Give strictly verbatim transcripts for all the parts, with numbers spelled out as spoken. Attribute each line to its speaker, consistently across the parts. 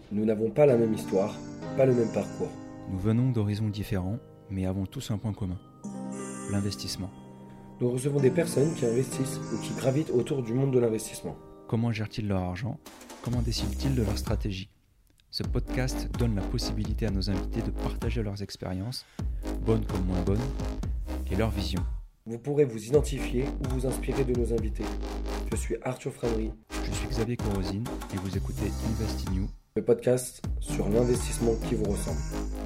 Speaker 1: Nous n'avons pas la même histoire, pas le même parcours.
Speaker 2: Nous venons d'horizons différents, mais avons tous un point commun, l'investissement.
Speaker 1: Nous recevons des personnes qui investissent ou qui gravitent autour du monde de l'investissement.
Speaker 2: Comment gèrent-ils leur argent? Comment décident-ils de leur stratégie? Ce podcast donne la possibilité à nos invités de partager leurs expériences, bonnes comme moins bonnes, et leur vision.
Speaker 1: Vous pourrez vous identifier ou vous inspirer de nos invités. Je suis Arthur Framery.
Speaker 2: Je suis Xavier Corosine et vous écoutez Invest in You,
Speaker 1: Le podcast sur l'investissement qui vous ressemble.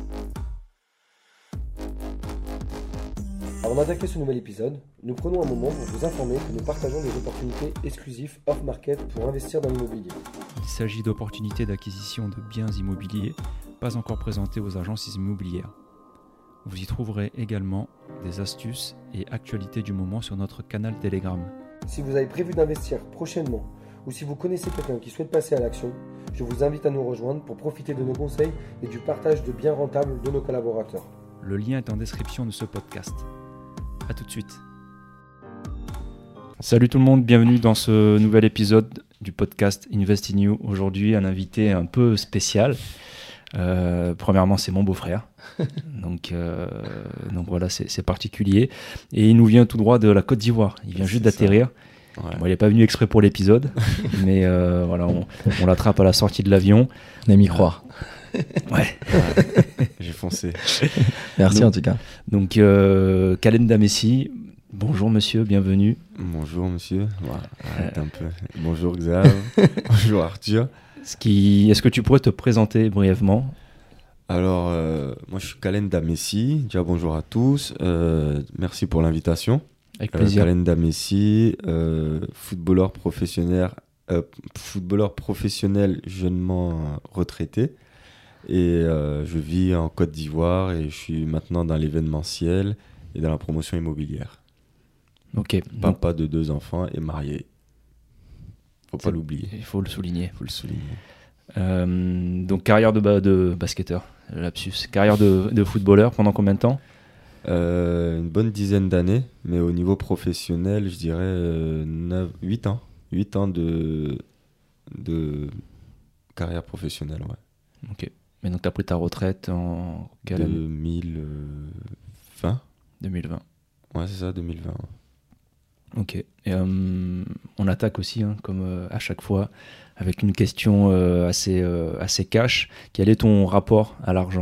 Speaker 1: Avant d'attaquer ce nouvel épisode, nous prenons un moment pour vous informer que nous partageons des opportunités exclusives off-market pour investir dans l'immobilier.
Speaker 2: Il s'agit d'opportunités d'acquisition de biens immobiliers pas encore présentées aux agences immobilières. Vous y trouverez également des astuces et actualités du moment sur notre canal Telegram.
Speaker 1: Si vous avez prévu d'investir prochainement ou si vous connaissez quelqu'un qui souhaite passer à l'action, je vous invite à nous rejoindre pour profiter de nos conseils et du partage de biens rentables de nos collaborateurs.
Speaker 2: Le lien est en description de ce podcast. A tout de suite. Salut tout le monde, bienvenue dans ce nouvel épisode du podcast Invest in You. Aujourd'hui, un invité un peu spécial. Euh, premièrement, c'est mon beau-frère. donc, euh, donc voilà, c'est, c'est particulier. Et il nous vient tout droit de la Côte d'Ivoire. Il vient juste c'est d'atterrir. Ouais. Bon, il n'est pas venu exprès pour l'épisode, mais euh, voilà, on, on l'attrape à la sortie de l'avion.
Speaker 3: On aime y croire.
Speaker 2: Ouais.
Speaker 4: J'ai foncé.
Speaker 3: Merci
Speaker 2: donc,
Speaker 3: en tout cas.
Speaker 2: Donc, euh, Kalenda Messi, bonjour monsieur, bienvenue.
Speaker 4: Bonjour monsieur. Ouais, arrête euh... un peu. Bonjour Xav. Bonjour Arthur.
Speaker 2: Ce qui... Est-ce que tu pourrais te présenter brièvement?
Speaker 4: Alors, euh, moi je suis Kalenda Messi. Déjà bonjour à tous. Euh, merci pour l'invitation.
Speaker 2: Avec plaisir.
Speaker 4: Euh, Kalenda Messi, euh, footballeur professionnel, euh, footballeur professionnel jeunement retraité. Et euh, je vis en Côte d'Ivoire et je suis maintenant dans l'événementiel et dans la promotion immobilière.
Speaker 2: Ok.
Speaker 4: Papa de deux enfants et marié. Faut pas
Speaker 2: C'est...
Speaker 4: l'oublier.
Speaker 2: Il faut le souligner.
Speaker 4: Faut le souligner.
Speaker 2: Euh, donc carrière de, ba- de basketteur, lapsus. Carrière de, de footballeur pendant combien de temps?
Speaker 4: euh, Une bonne dizaine d'années, mais au niveau professionnel, je dirais euh, neuf, huit ans. huit ans de, de carrière professionnelle, ouais.
Speaker 2: Ok. Mais donc tu as pris ta retraite en quelle année?
Speaker 4: deux mille vingt.
Speaker 2: deux mille vingt.
Speaker 4: Ouais, c'est ça, deux mille vingt.
Speaker 2: Ok. Et, euh, on attaque aussi, hein, comme euh, à chaque fois, avec une question euh, assez, euh, assez cash. Quel est ton rapport à l'argent?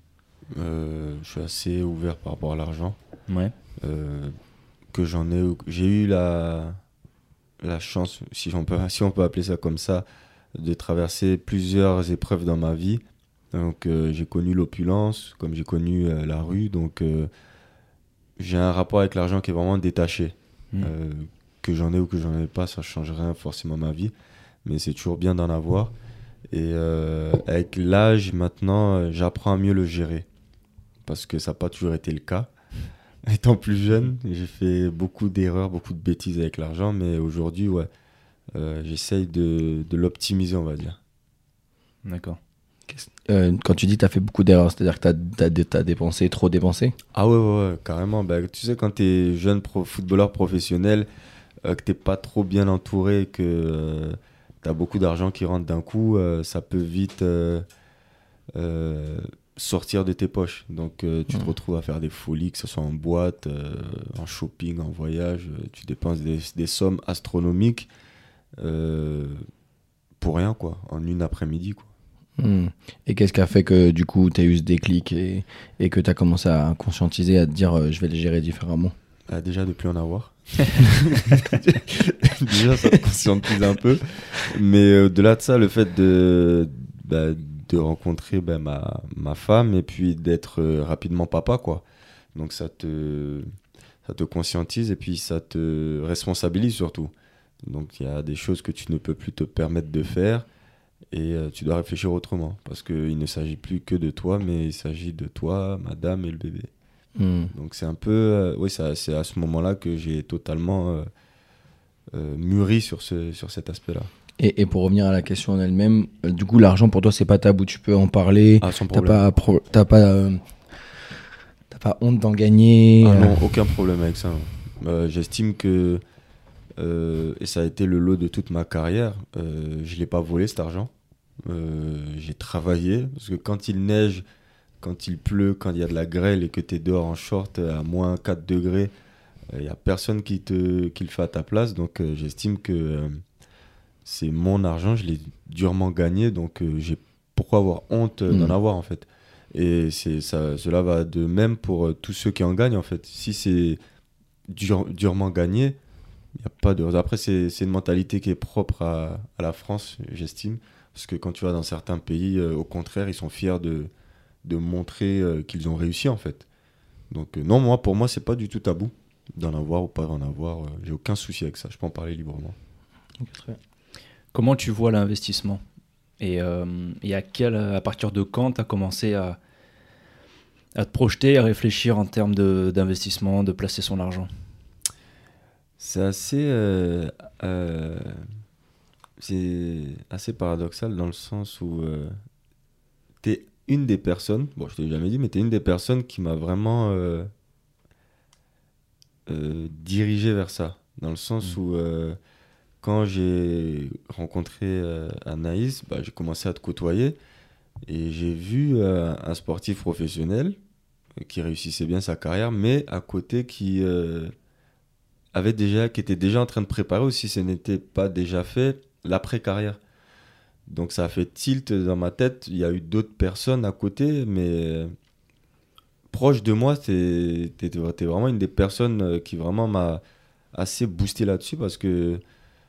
Speaker 4: euh, Je suis assez ouvert par rapport à l'argent.
Speaker 2: Ouais.
Speaker 4: Euh, que j'en ai, j'ai eu la, la chance, si on peut, si on peut appeler ça comme ça, de traverser plusieurs épreuves dans ma vie. Donc euh, j'ai connu l'opulence, comme j'ai connu euh, la rue. Donc euh, j'ai un rapport avec l'argent qui est vraiment détaché. Mmh. Euh, que j'en ai ou que j'en ai pas, ça ne change rien forcément ma vie. Mais c'est toujours bien d'en avoir. Et euh, avec l'âge, maintenant, euh, j'apprends à mieux le gérer. Parce que ça n'a pas toujours été le cas. Étant plus jeune, j'ai fait beaucoup d'erreurs, beaucoup de bêtises avec l'argent. Mais aujourd'hui, ouais, euh, j'essaye de, de l'optimiser, on va dire.
Speaker 2: D'accord.
Speaker 3: Euh, quand tu dis que tu as fait beaucoup d'erreurs, c'est-à-dire que tu as dépensé, trop dépensé?
Speaker 4: Ah ouais, ouais, ouais, carrément. Bah, tu sais, quand tu es jeune pro- footballeur professionnel, euh, que tu n'es pas trop bien entouré, que euh, tu as beaucoup d'argent qui rentre d'un coup, euh, ça peut vite euh, euh, sortir de tes poches. Donc euh, tu mmh. te retrouves à faire des folies, que ce soit en boîte, euh, en shopping, en voyage. Euh, tu dépenses des, des sommes astronomiques euh, pour rien, quoi, en une après-midi, quoi.
Speaker 3: Mmh. Et qu'est-ce qui a fait que du coup tu as eu ce déclic et, et que tu as commencé à conscientiser, à te dire euh, je vais les gérer différemment?
Speaker 4: Ah, déjà de plus en avoir. Déjà ça te conscientise un peu. Mais au-delà de ça, le fait de, bah, de rencontrer bah, ma, ma femme et puis d'être euh, rapidement papa, quoi. Donc ça te, ça te conscientise et puis ça te responsabilise surtout. Donc il y a des choses que tu ne peux plus te permettre de faire. Et euh, tu dois réfléchir autrement, parce qu'il ne s'agit plus que de toi, mais il s'agit de toi, madame et le bébé. Mmh. Donc c'est un peu... Euh, oui, c'est à, c'est à ce moment-là que j'ai totalement euh, euh, mûri sur, ce, sur cet aspect-là.
Speaker 3: Et, et pour revenir à la question en elle-même, euh, du coup, l'argent pour toi, c'est pas tabou, tu peux en parler.
Speaker 4: Ah, sans
Speaker 3: t'as
Speaker 4: problème.
Speaker 3: Pas, pro, t'as, pas, euh, t'as pas honte d'en gagner.
Speaker 4: Ah
Speaker 3: euh...
Speaker 4: non, aucun problème avec ça. Euh, j'estime que... Euh, et ça a été le lot de toute ma carrière. Euh, je ne l'ai pas volé, cet argent. Euh, j'ai travaillé, parce que quand il neige, quand il pleut, quand il y a de la grêle et que tu es dehors en short à moins quatre degrés, il n'y a personne qui, te, qui le fait à ta place. Donc euh, j'estime que euh, c'est mon argent, je l'ai durement gagné, donc euh, j'ai pourquoi avoir honte euh,
Speaker 3: Mmh.
Speaker 4: d'en avoir en fait. Et c'est, ça, cela va de même pour euh, tous ceux qui en gagnent en fait. Si c'est dur, durement gagné, il n'y a pas de... Après, c'est, c'est une mentalité qui est propre à, à la France, j'estime. Parce que quand tu vas dans certains pays, euh, au contraire, ils sont fiers de, de montrer euh, qu'ils ont réussi en fait. Donc euh, non, moi, pour moi, c'est pas du tout tabou d'en avoir ou pas d'en avoir. Euh, j'ai aucun souci avec ça, je peux en parler librement.
Speaker 2: Comment tu vois l'investissement ? Et, euh, et à, quel, à partir de quand tu as commencé à, à te projeter, à réfléchir en termes de, d'investissement, de placer son argent ?
Speaker 4: C'est assez, euh, euh, c'est assez paradoxal dans le sens où euh, tu es une des personnes, bon je ne t'ai jamais dit, mais tu es une des personnes qui m'a vraiment euh, euh, dirigé vers ça. Dans le sens
Speaker 2: Mmh.
Speaker 4: où euh, quand j'ai rencontré euh, Anaïs, bah, j'ai commencé à te côtoyer et j'ai vu euh, un sportif professionnel qui réussissait bien sa carrière, mais à côté qui... Euh, avait déjà, qui était déjà en train de préparer, ou si ce n'était pas déjà fait, l'après-carrière. Donc ça a fait tilt dans ma tête. Il y a eu d'autres personnes à côté, mais euh, proche de moi, t'es, t'es, t'es vraiment une des personnes qui vraiment m'a assez boosté là-dessus, parce que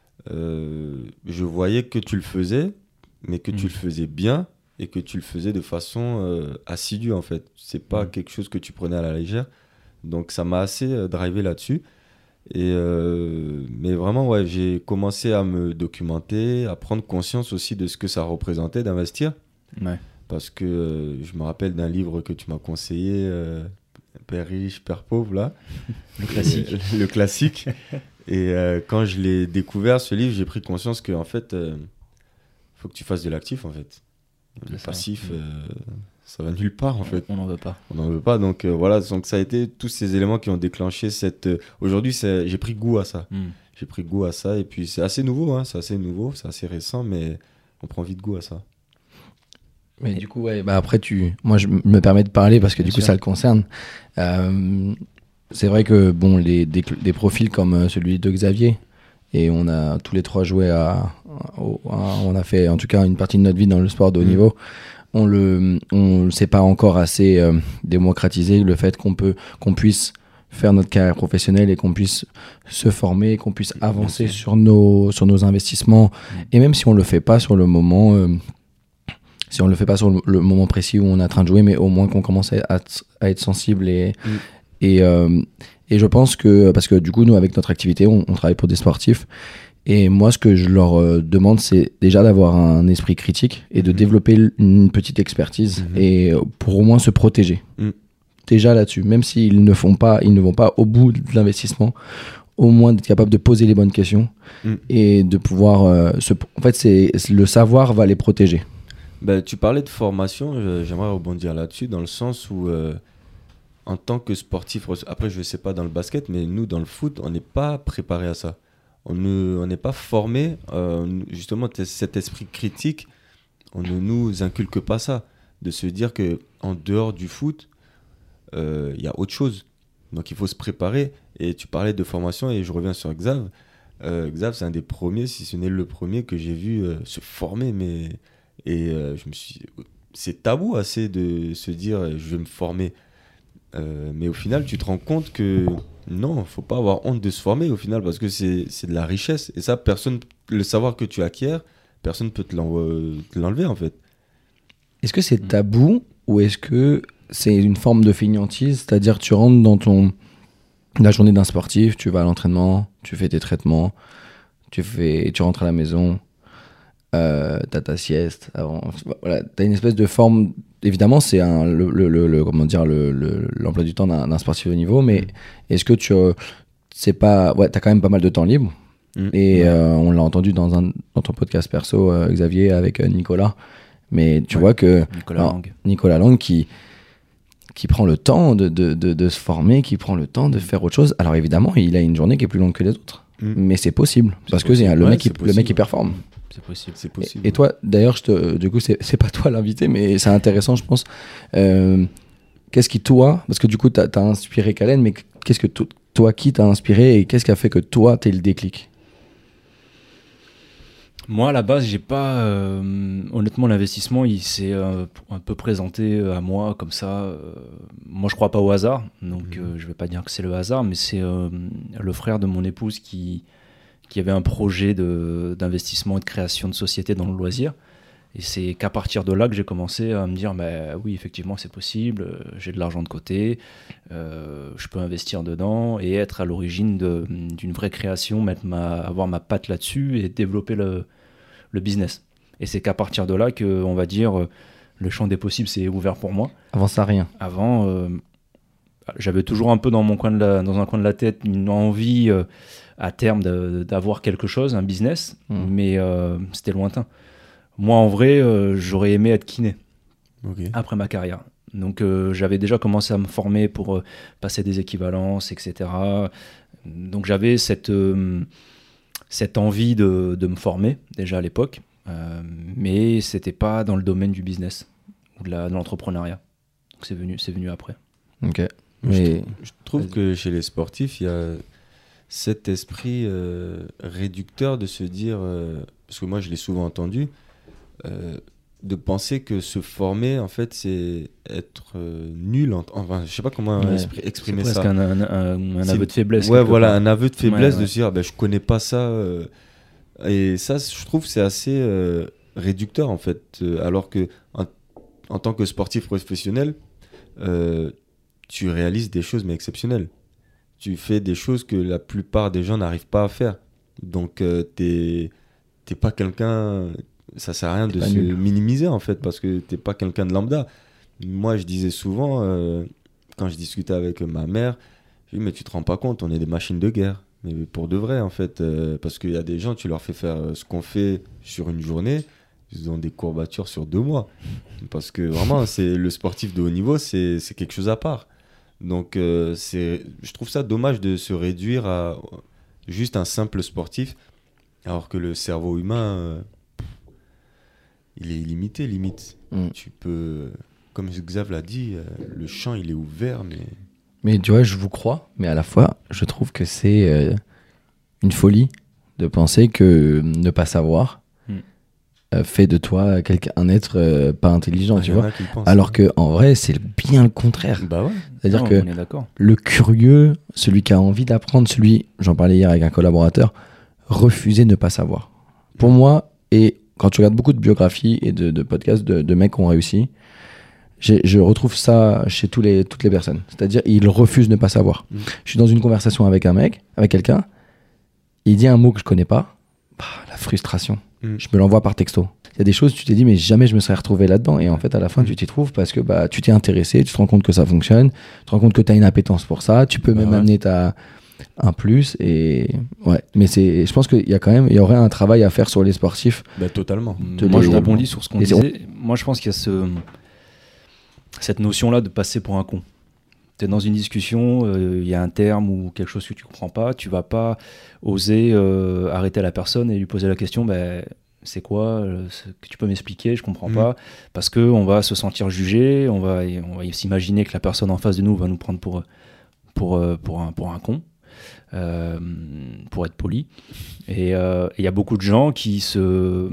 Speaker 4: euh, je voyais que tu le faisais, mais que mmh. tu le faisais bien, et que tu le faisais de façon euh, assidue en fait. C'est pas mmh. quelque chose que tu prenais à la légère. Donc ça m'a assez euh, drivé là-dessus. Et euh, mais vraiment, ouais, j'ai commencé à me documenter, à prendre conscience aussi de ce que ça représentait d'investir.
Speaker 2: Ouais.
Speaker 4: Parce que euh, je me rappelle d'un livre que tu m'as conseillé, euh, Père riche, Père pauvre, là.
Speaker 2: Le classique.
Speaker 4: Et, le classique. Et euh, quand je l'ai découvert, ce livre, j'ai pris conscience qu'en fait, il euh, faut que tu fasses de l'actif, en fait. Le
Speaker 2: C'est
Speaker 4: passif...
Speaker 2: ça.
Speaker 4: Euh, ça va nulle part en fait.
Speaker 2: On n'en veut pas.
Speaker 4: On n'en veut pas. Donc euh, voilà, donc ça a été tous ces éléments qui ont déclenché cette. Euh, aujourd'hui, c'est... j'ai pris goût à ça. Mm. J'ai pris goût à ça et puis c'est assez nouveau, hein, c'est assez nouveau, c'est assez récent, mais on prend vite goût à ça.
Speaker 3: Mais du coup, ouais, bah après, tu... moi je me permets de parler parce que
Speaker 2: Bien
Speaker 3: du coup
Speaker 2: sûr.
Speaker 3: ça le concerne. Euh, c'est vrai que bon, les, des, des profils comme celui de Xavier, et on a tous les trois joué à, à, à. On a fait en tout cas une partie de notre vie dans le sport de haut mm. niveau. On le, on le sait pas encore assez euh, démocratisé, le fait qu'on peut, qu'on puisse faire notre carrière professionnelle et qu'on puisse se former, qu'on puisse avancer sur nos, sur nos investissements. Et même si on le fait pas sur le moment, euh, si on le fait pas sur le, le moment précis où on est en train de jouer, mais au moins qu'on commence à, à être sensible et, mm. et, euh, et je pense que, parce que du coup, nous, avec notre activité, on, on travaille pour des sportifs. Et moi, ce que je leur euh, demande, c'est déjà d'avoir un esprit critique et de mmh. développer une petite expertise mmh. et euh, pour au moins se protéger. Mmh. Déjà là-dessus, même s'ils ne font pas, ils ne vont pas au bout de l'investissement, au moins d'être capable de poser les bonnes questions mmh. et de pouvoir. Euh, se... En fait, c'est le savoir va les protéger.
Speaker 4: Ben, tu parlais de formation, euh, j'aimerais rebondir là-dessus dans le sens où, euh, en tant que sportif, après je ne sais pas dans le basket, mais nous dans le foot, on n'est pas préparé à ça. On n'est pas formé, euh, justement, cet esprit critique, on ne nous inculque pas ça, de se dire qu'en dehors du foot, il euh, y a autre chose. Donc il faut se préparer. Et tu parlais de formation, et je reviens sur Xav. Euh, Xav, c'est un des premiers, si ce n'est le premier, que j'ai vu euh, se former. Mais... Et euh, je me suis... c'est tabou assez de se dire, je vais me former. Euh, mais au final, tu te rends compte que... Non, il ne faut pas avoir honte de se former au final parce que c'est, c'est de la richesse. Et ça, personne, le savoir que tu acquiers, personne ne peut te, te l'enlever en fait.
Speaker 3: Est-ce que c'est tabou ou est-ce que c'est une forme de fainéantise ? C'est-à-dire tu rentres dans ton, la journée d'un sportif, tu vas à l'entraînement, tu fais tes traitements, tu, fais, tu rentres à la maison, euh, tu as ta sieste. Avant, voilà, tu as une espèce de forme... Évidemment, c'est un, le, le, le, le, comment dire, le, le, l'emploi du temps d'un, d'un sportif de haut niveau, mais mmh. est-ce que tu c'est pas, ouais, as quand même pas mal de temps libre mmh. et ouais. euh, on l'a entendu dans, un, dans ton podcast perso, euh, Xavier, avec euh, Nicolas, mais tu ouais. vois que
Speaker 2: Nicolas
Speaker 3: alors,
Speaker 2: Lang,
Speaker 3: Nicolas Lang qui, qui prend le temps de, de, de, de se former, qui prend le temps de faire autre chose. Alors évidemment, il a une journée qui est plus longue que les autres, mmh. mais c'est possible, c'est parce possible. que c'est, le, ouais, mec, il, le mec il performe.
Speaker 2: C'est possible.
Speaker 4: C'est possible.
Speaker 3: Et, et toi, d'ailleurs, je te, du coup, c'est, c'est pas toi l'invité, mais c'est intéressant, je pense. Euh, qu'est-ce qui, toi, parce que du coup, t'as, t'as inspiré Kalen, mais qu'est-ce que to- toi, qui t'a inspiré et qu'est-ce qui a fait que toi, t'aies le déclic?
Speaker 2: Moi, à la base, j'ai pas. Euh, honnêtement, l'investissement, il s'est euh, un peu présenté à moi comme ça. Euh, moi, je crois pas au hasard, donc
Speaker 4: Mmh.
Speaker 2: euh, je vais pas dire que c'est le hasard, mais c'est euh, le frère de mon épouse qui qui avait un projet de d'investissement et de création de société dans le loisir. Et c'est qu'à partir de là que j'ai commencé à me dire, bah, oui, effectivement, c'est possible. euh, J'ai de l'argent de côté, euh, je peux investir dedans et être à l'origine de, d'une vraie création, mettre ma, avoir ma patte là-dessus et développer le le business. Et c'est qu'à partir de là que, on va dire, le champ des possibles s'est ouvert pour moi.
Speaker 3: Avant ça, rien.
Speaker 2: Avant, euh, j'avais toujours un peu dans mon coin de la, dans un coin de la tête une envie euh, à terme de- d'avoir quelque chose, un business,
Speaker 3: Mhm.
Speaker 2: mais euh, c'était lointain. Moi, en vrai, euh, j'aurais aimé être kiné
Speaker 4: Ok.
Speaker 2: après ma carrière. Donc euh, j'avais déjà commencé à me former pour euh, passer des équivalences, et cetera. Donc j'avais cette, euh, cette envie de, de me former déjà à l'époque, euh, mais c'était pas dans le domaine du business ou de, la, de l'entrepreneuriat. Donc c'est venu, c'est venu après.
Speaker 3: Ok.
Speaker 4: Je,
Speaker 3: Mais
Speaker 4: trou- je trouve
Speaker 3: Vas-y.
Speaker 4: que chez les sportifs, il y a cet esprit euh, réducteur de se dire, euh, parce que moi je l'ai souvent entendu, euh, de penser que se former, en fait, c'est être euh, nul. En, enfin, je sais pas comment
Speaker 3: Ouais.
Speaker 4: expri- exprimer
Speaker 2: C'est
Speaker 4: ça.
Speaker 2: presque un, un, un- un
Speaker 4: C'est-
Speaker 2: aveu de faiblesse.
Speaker 4: Ouais,
Speaker 2: quelque
Speaker 4: voilà,
Speaker 2: part.
Speaker 4: un aveu de faiblesse
Speaker 2: Ouais,
Speaker 4: de
Speaker 2: ouais.
Speaker 4: se dire, ben, je connais pas ça. euh, et ça, je trouve, c'est assez euh, réducteur, en fait. euh, alors que, en, en tant que sportif professionnel, euh, tu réalises des choses, mais exceptionnelles. Tu fais des choses que la plupart des gens n'arrivent pas à faire. Donc, euh, t'es, t'es pas quelqu'un. Ça sert à rien
Speaker 3: T'es
Speaker 4: de
Speaker 3: pas
Speaker 4: se
Speaker 3: nul.
Speaker 4: minimiser, en fait, parce que t'es pas quelqu'un de lambda. Moi, je disais souvent, euh, quand je discutais avec ma mère, je dis, mais tu te rends pas compte, on est des machines de guerre. Mais pour de vrai, en fait, euh, parce qu'il y a des gens, tu leur fais faire euh, ce qu'on fait sur une journée, ils ont des courbatures sur deux mois. Parce que vraiment, c'est le sportif de haut niveau, c'est c'est quelque chose à part. Donc, euh, c'est, je trouve ça dommage de se réduire à juste un simple sportif, alors que le cerveau humain, euh, il est illimité, limite.
Speaker 3: Mm.
Speaker 4: Tu peux, comme Xav l'a dit, euh, le champ, il est ouvert, mais...
Speaker 3: Mais tu vois, je vous crois, mais à la fois, je trouve que c'est euh, une folie de penser que ne pas savoir
Speaker 2: Mm.
Speaker 3: euh, fait de toi quelqu'un, un être euh, pas intelligent,
Speaker 4: Ah,
Speaker 3: tu
Speaker 4: y en
Speaker 3: vois.
Speaker 4: a qui le pensent.
Speaker 3: Alors que en vrai, c'est bien le contraire.
Speaker 4: Bah ouais.
Speaker 3: C'est-à-dire
Speaker 2: Non,
Speaker 3: que
Speaker 2: on est d'accord.
Speaker 3: le curieux, celui qui a envie d'apprendre, celui, j'en parlais hier avec un collaborateur, refuser de ne pas savoir. Pour moi, et quand tu regardes beaucoup de biographies et de, de podcasts de, de mecs qui ont réussi, j'ai- je retrouve ça chez tous les, toutes les personnes. C'est-à-dire, ils refusent de ne pas savoir.
Speaker 4: Mm.
Speaker 3: Je suis dans une conversation avec un mec, avec quelqu'un, il dit un mot que je connais pas, bah, la frustration.
Speaker 4: Mm.
Speaker 3: Je me l'envoie par texto. Il y a des choses, tu t'es dit, mais jamais je me serais retrouvé là-dedans. Et en fait, à la fin,
Speaker 4: Mm.
Speaker 3: tu t'y trouves parce que bah, tu t'es intéressé, tu te rends compte que ça fonctionne, tu te rends compte que tu as une appétence pour ça, tu peux
Speaker 4: Bah
Speaker 3: même
Speaker 4: ouais.
Speaker 3: amener ta, un plus. Et ouais, mais c'est, je pense qu'il y a quand même, il y aurait un travail à faire sur les sportifs.
Speaker 4: Bah totalement.
Speaker 3: De
Speaker 2: Moi,
Speaker 3: les-
Speaker 2: je rebondis sur ce qu'on
Speaker 3: Et c'est-
Speaker 2: disait. Moi, je pense qu'il y a ce, cette notion-là de passer pour un con. Tu es dans une discussion, euh, il y a un terme ou quelque chose que tu comprends pas, tu vas pas oser euh, arrêter la personne et lui poser la question, ben, c'est quoi euh, ce que tu peux m'expliquer, je comprends
Speaker 4: Mhm.
Speaker 2: pas, parce qu'on va se sentir jugé, on va, on va s'imaginer que la personne en face de nous va nous prendre pour, pour, euh, pour, un, pour un con. Euh, pour être poli. Et euh, il y a beaucoup de gens qui se,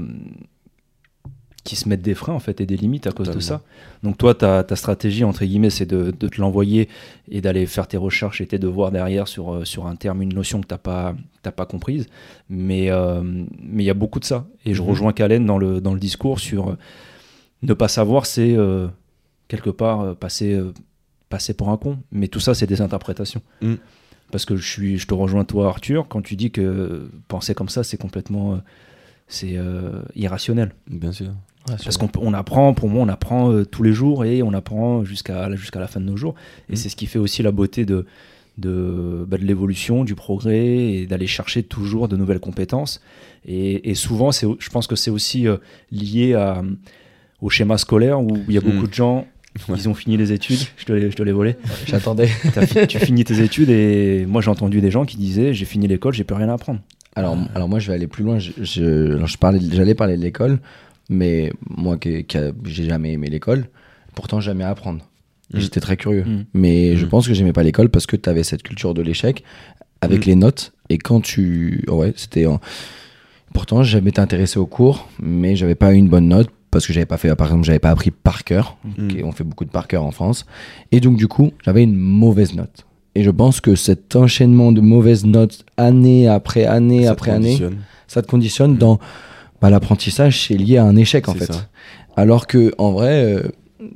Speaker 2: qui se mettent des freins en fait, et des limites à cause de ça. Donc toi, ta, ta stratégie, entre guillemets, c'est de, de te l'envoyer et d'aller faire tes recherches et tes devoirs derrière sur, euh, sur un terme, une notion que tu n'as pas, t'as pas comprise. Mais euh, mais il y a beaucoup de ça. Et je
Speaker 4: Mhm.
Speaker 2: rejoins Kalen dans le, dans le discours sur euh, ne pas savoir, c'est euh, quelque part euh, passer, euh, passer pour un con. Mais tout ça, c'est des interprétations.
Speaker 4: Mm.
Speaker 2: Parce que je, suis, je te rejoins toi, Arthur, quand tu dis que penser comme ça, c'est complètement euh, c'est, euh, irrationnel.
Speaker 4: Bien sûr.
Speaker 2: Parce qu'on on apprend, pour moi, on apprend euh, tous les jours et on apprend jusqu'à jusqu'à la fin de nos jours. Et
Speaker 4: Mm.
Speaker 2: c'est ce qui fait aussi la beauté de, de, bah, de l'évolution, du progrès et d'aller chercher toujours de nouvelles compétences. Et, et souvent, c'est, je pense que c'est aussi euh, lié à, au schéma scolaire où il y a
Speaker 4: Mm.
Speaker 2: beaucoup de gens,
Speaker 4: Ouais.
Speaker 2: ils ont fini les études, je te l'ai, je te l'ai volé.
Speaker 3: J'attendais.
Speaker 2: T'as fi- tu finis tes études et moi j'ai entendu des gens qui disaient j'ai fini l'école, j'ai plus rien à apprendre.
Speaker 3: Alors, euh... alors moi, je vais aller plus loin. Je, je, alors je parlais, j'allais parler de l'école, mais moi qui, qui a, j'ai jamais aimé l'école, pourtant jamais à apprendre. Mmh. J'étais très curieux. Mmh. Mais mmh. je pense que j'aimais pas l'école parce que tu avais cette culture de l'échec avec mmh. les notes. Et quand tu... Oh ouais, c'était... Pourtant, j'avais été intéressé au cours, mais j'avais pas eu une bonne note parce que j'avais pas fait, par exemple, j'avais pas appris par cœur. Mmh. Okay, on fait beaucoup de par cœur en France. Et donc, du coup, j'avais une mauvaise note. Et je pense que cet enchaînement de mauvaises notes, année après année ça après année, ça te conditionne mmh. dans bah, l'apprentissage, c'est lié à un échec en c'est fait. Ça. Alors que en vrai, euh,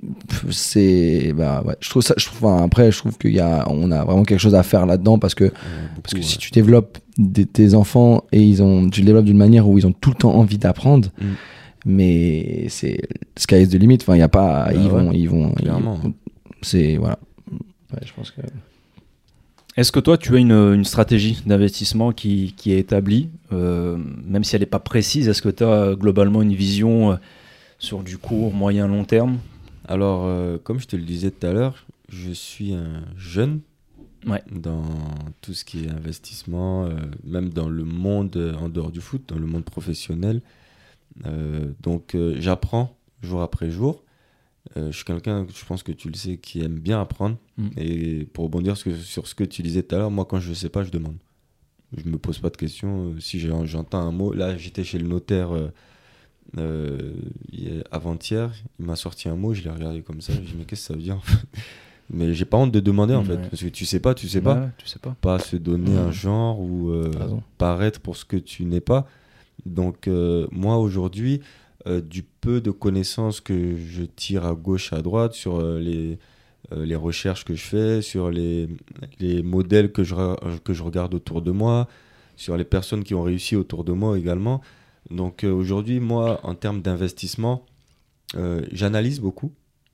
Speaker 3: c'est, bah, ouais, je trouve ça. Je trouve, enfin, après, je trouve qu'il y a, on a vraiment quelque chose à faire là-dedans parce que, ouais, beaucoup, parce que ouais. si tu développes des, tes enfants et ils ont, tu les développes d'une manière où ils ont tout le temps envie d'apprendre. Mmh. Mais c'est sky is the limit. Enfin, il y a pas, bah, ils, ouais, vont, ils vont, ils vont. C'est voilà. Ouais, je pense que.
Speaker 2: Est-ce que toi, tu as une, une stratégie d'investissement qui, qui est établie, euh, même si elle n'est pas précise? Est-ce que tu as globalement une vision euh, sur du court, moyen, long terme?
Speaker 4: Alors, euh, comme je te le disais tout à l'heure, je suis un jeune
Speaker 2: ouais.
Speaker 4: dans tout ce qui est investissement, euh, même dans le monde euh, en dehors du foot, dans le monde professionnel. Euh, donc, euh, j'apprends jour après jour. Euh, je suis quelqu'un, je pense que tu le sais, qui aime bien apprendre. Mmh. Et pour rebondir sur, sur ce que tu disais tout à l'heure, moi, quand je ne sais pas, je demande. Je ne me pose pas de questions. Si j'entends un mot, là, j'étais chez le notaire euh, euh, avant-hier, il m'a sorti un mot, je l'ai regardé comme ça, je me dis, mais qu'est-ce que ça veut dire en fait? Mais j'ai pas honte de demander en mmh, fait, ouais. parce que tu sais pas, tu sais
Speaker 2: ouais,
Speaker 4: pas.
Speaker 2: Ouais, tu sais pas.
Speaker 4: Pas se donner mmh. un genre ou euh, paraître pour ce que tu n'es pas. Donc, euh, moi, aujourd'hui, Euh, du peu de connaissances que je tire à gauche, à droite sur euh, les, euh, les recherches que je fais, sur les, les modèles que je, que je regarde autour de moi, sur les personnes qui ont réussi autour de moi également. Donc euh, aujourd'hui, moi, en termes d'investissement, euh, j'analyse beaucoup.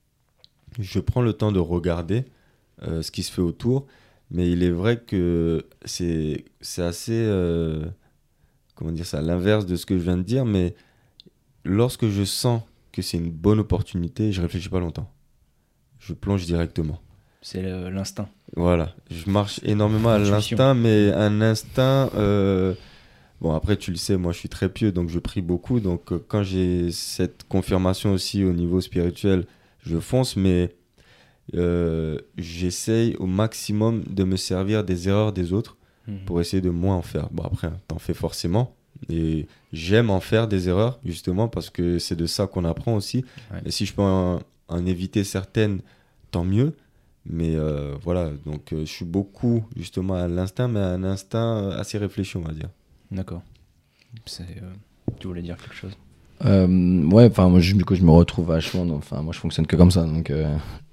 Speaker 4: Je prends le temps de regarder euh, ce qui se fait autour, mais il est vrai que c'est, c'est assez, euh, comment dire ça, l'inverse de ce que je viens de dire, mais lorsque je sens que c'est une bonne opportunité, je ne réfléchis pas longtemps. Je plonge directement.
Speaker 2: C'est le, l'instinct.
Speaker 4: Voilà. Je marche énormément à l'instinct, mais un instinct... Euh... Bon, après, tu le sais, moi, je suis très pieux, donc je prie beaucoup. Donc, euh, quand j'ai cette confirmation aussi au niveau spirituel, je fonce, mais euh, j'essaye au maximum de me servir des erreurs des autres mmh. pour essayer de moins en faire. Bon, après, t'en fais forcément. Et j'aime en faire des erreurs justement parce que c'est de ça qu'on apprend aussi. Ouais. Et si je peux en, en éviter certaines, tant mieux. Mais euh, voilà, donc euh, je suis beaucoup justement à l'instinct, mais à un instinct assez réfléchi, on va dire.
Speaker 2: D'accord. C'est, euh, tu voulais dire quelque chose?
Speaker 3: euh, Ouais, enfin moi je, du coup je me retrouve vachement. Enfin moi je fonctionne que comme ça, donc. Euh...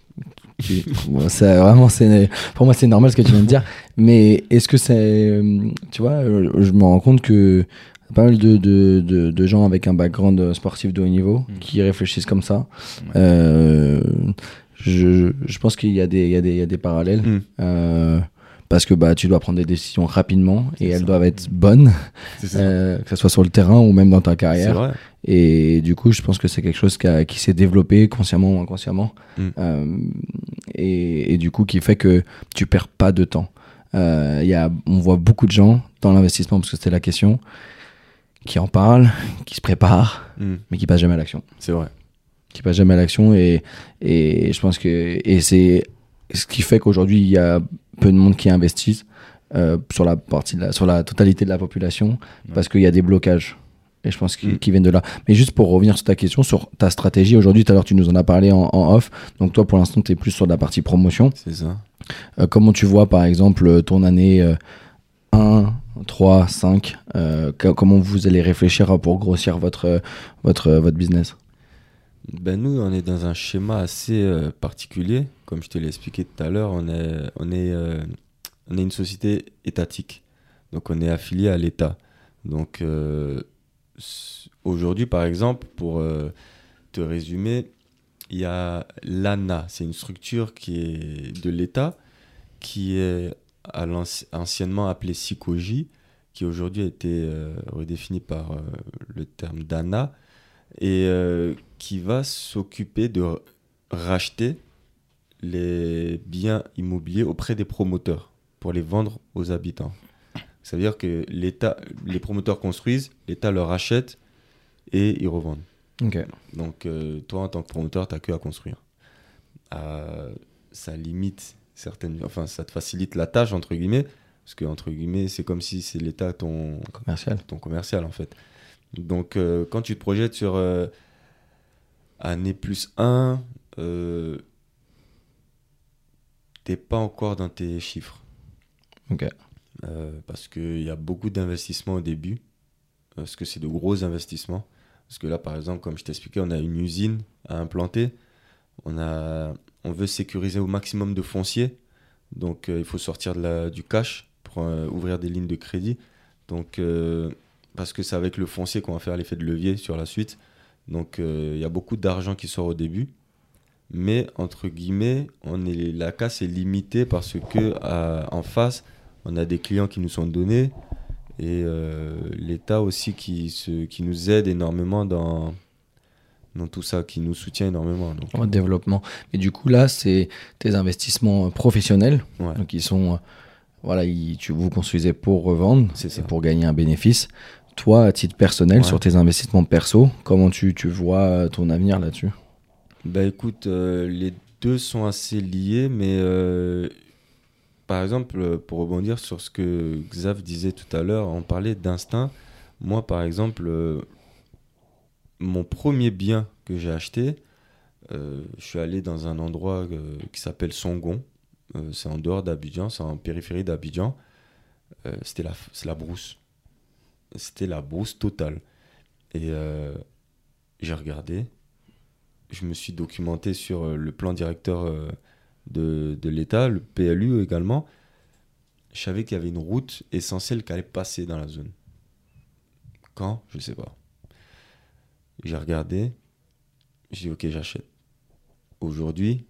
Speaker 3: bon, c'est vraiment c'est pour moi c'est normal ce que tu viens de dire, mais est-ce que c'est, tu vois, je me rends compte que pas mal de, de, de, de gens avec un background sportif de haut niveau mmh. qui réfléchissent comme ça. Ouais. Euh, je, je pense qu'il y a des, il y a des, il y a des parallèles mmh. euh, parce que bah, tu dois prendre des décisions rapidement et c'est elles ça. doivent être bonnes, euh, que ce soit sur le terrain ou même dans ta carrière.
Speaker 4: C'est vrai.
Speaker 3: Et du coup, je pense que c'est quelque chose qui, a, qui s'est développé consciemment ou inconsciemment mmh. euh, et, et du coup qui fait que tu perds pas de temps. Euh, y a, on voit beaucoup de gens dans l'investissement, parce que c'était la question, qui en parlent, qui se préparent, mmh. mais qui passent jamais à l'action.
Speaker 4: C'est vrai.
Speaker 3: Qui passent jamais à l'action et, et je pense que et c'est ce qui fait qu'aujourd'hui il y a peu de monde qui investissent euh, sur la partie de la, sur la totalité de la population ouais. parce qu'il y a des blocages. Et je pense qu'ils, mmh. qu'ils viennent de là. Mais juste pour revenir sur ta question, sur ta stratégie, aujourd'hui, tout à l'heure, tu nous en as parlé en, en off. Donc, toi, pour l'instant, tu es plus sur la partie promotion.
Speaker 4: C'est ça.
Speaker 3: Euh, comment tu vois, par exemple, ton année euh, un, trois, cinq euh, que, comment vous allez réfléchir pour grossir votre, votre, votre business?
Speaker 4: Ben nous, on est dans un schéma assez euh, particulier. Comme je te l'ai expliqué tout à l'heure, on est, on est, euh, on est une société étatique. Donc, on est affilié à l'État. Donc, euh, aujourd'hui, par exemple, pour euh, te résumer, il y a l'A N A. C'est une structure qui est de l'État, qui est à anciennement appelée SICOGI, qui aujourd'hui a été euh, redéfinie par euh, le terme d'A N A, et euh, qui va s'occuper de racheter les biens immobiliers auprès des promoteurs pour les vendre aux habitants. Ça veut dire que l'État, les promoteurs construisent, l'État leur achète et ils revendent.
Speaker 3: Ok.
Speaker 4: Donc, euh, toi, en tant que promoteur, tu n'as que à construire. Euh, ça limite certaines... Enfin, ça te facilite la tâche, entre guillemets, parce que, entre guillemets, c'est comme si c'est l'État ton
Speaker 3: commercial,
Speaker 4: ton commercial en fait. Donc, euh, quand tu te projettes sur euh, année plus un, euh, tu n'es pas encore dans tes chiffres.
Speaker 3: Ok.
Speaker 4: Euh, parce qu'il y a beaucoup d'investissements au début, parce que c'est de gros investissements. Parce que là, par exemple, comme je t'expliquais, on a une usine à implanter. On, a, on veut sécuriser au maximum de foncier. Donc, euh, il faut sortir de la, du cash pour euh, ouvrir des lignes de crédit. Donc, euh, parce que c'est avec le foncier qu'on va faire l'effet de levier sur la suite. Donc, euh, il y a beaucoup d'argent qui sort au début. Mais, entre guillemets, on est, la casse est limitée parce que à, en face, on a des clients qui nous sont donnés. Et euh, l'État aussi qui, se, qui nous aide énormément dans, dans tout ça, qui nous soutient énormément. Donc,
Speaker 3: en développement. Mais du coup, là, c'est tes investissements professionnels.
Speaker 4: ouais.
Speaker 3: Donc, ils sont... Voilà, ils, tu, vous construisez pour revendre,
Speaker 4: C'est
Speaker 3: c'est
Speaker 4: ça.
Speaker 3: pour gagner un bénéfice. Toi, à titre personnel,
Speaker 4: Ouais.
Speaker 3: sur tes investissements perso, comment tu, tu vois ton avenir là-dessus?
Speaker 4: Bah écoute, euh, les deux sont assez liés, mais euh, par exemple, pour rebondir sur ce que Xav disait tout à l'heure, on parlait d'instinct. Moi, par exemple, euh, mon premier bien que j'ai acheté, euh, je suis allé dans un endroit euh, qui s'appelle Songon. Euh, c'est en dehors d'Abidjan, c'est en périphérie d'Abidjan. Euh, c'était la, c'est la brousse. C'était la brousse totale. Et euh, j'ai regardé. Je me suis documenté sur euh, le plan directeur euh, de, de l'État, le P L U également. Je savais qu'il y avait une route essentielle qui allait passer dans la zone. Quand? Je ne sais pas. J'ai regardé. J'ai dit ok, j'achète. Aujourd'hui,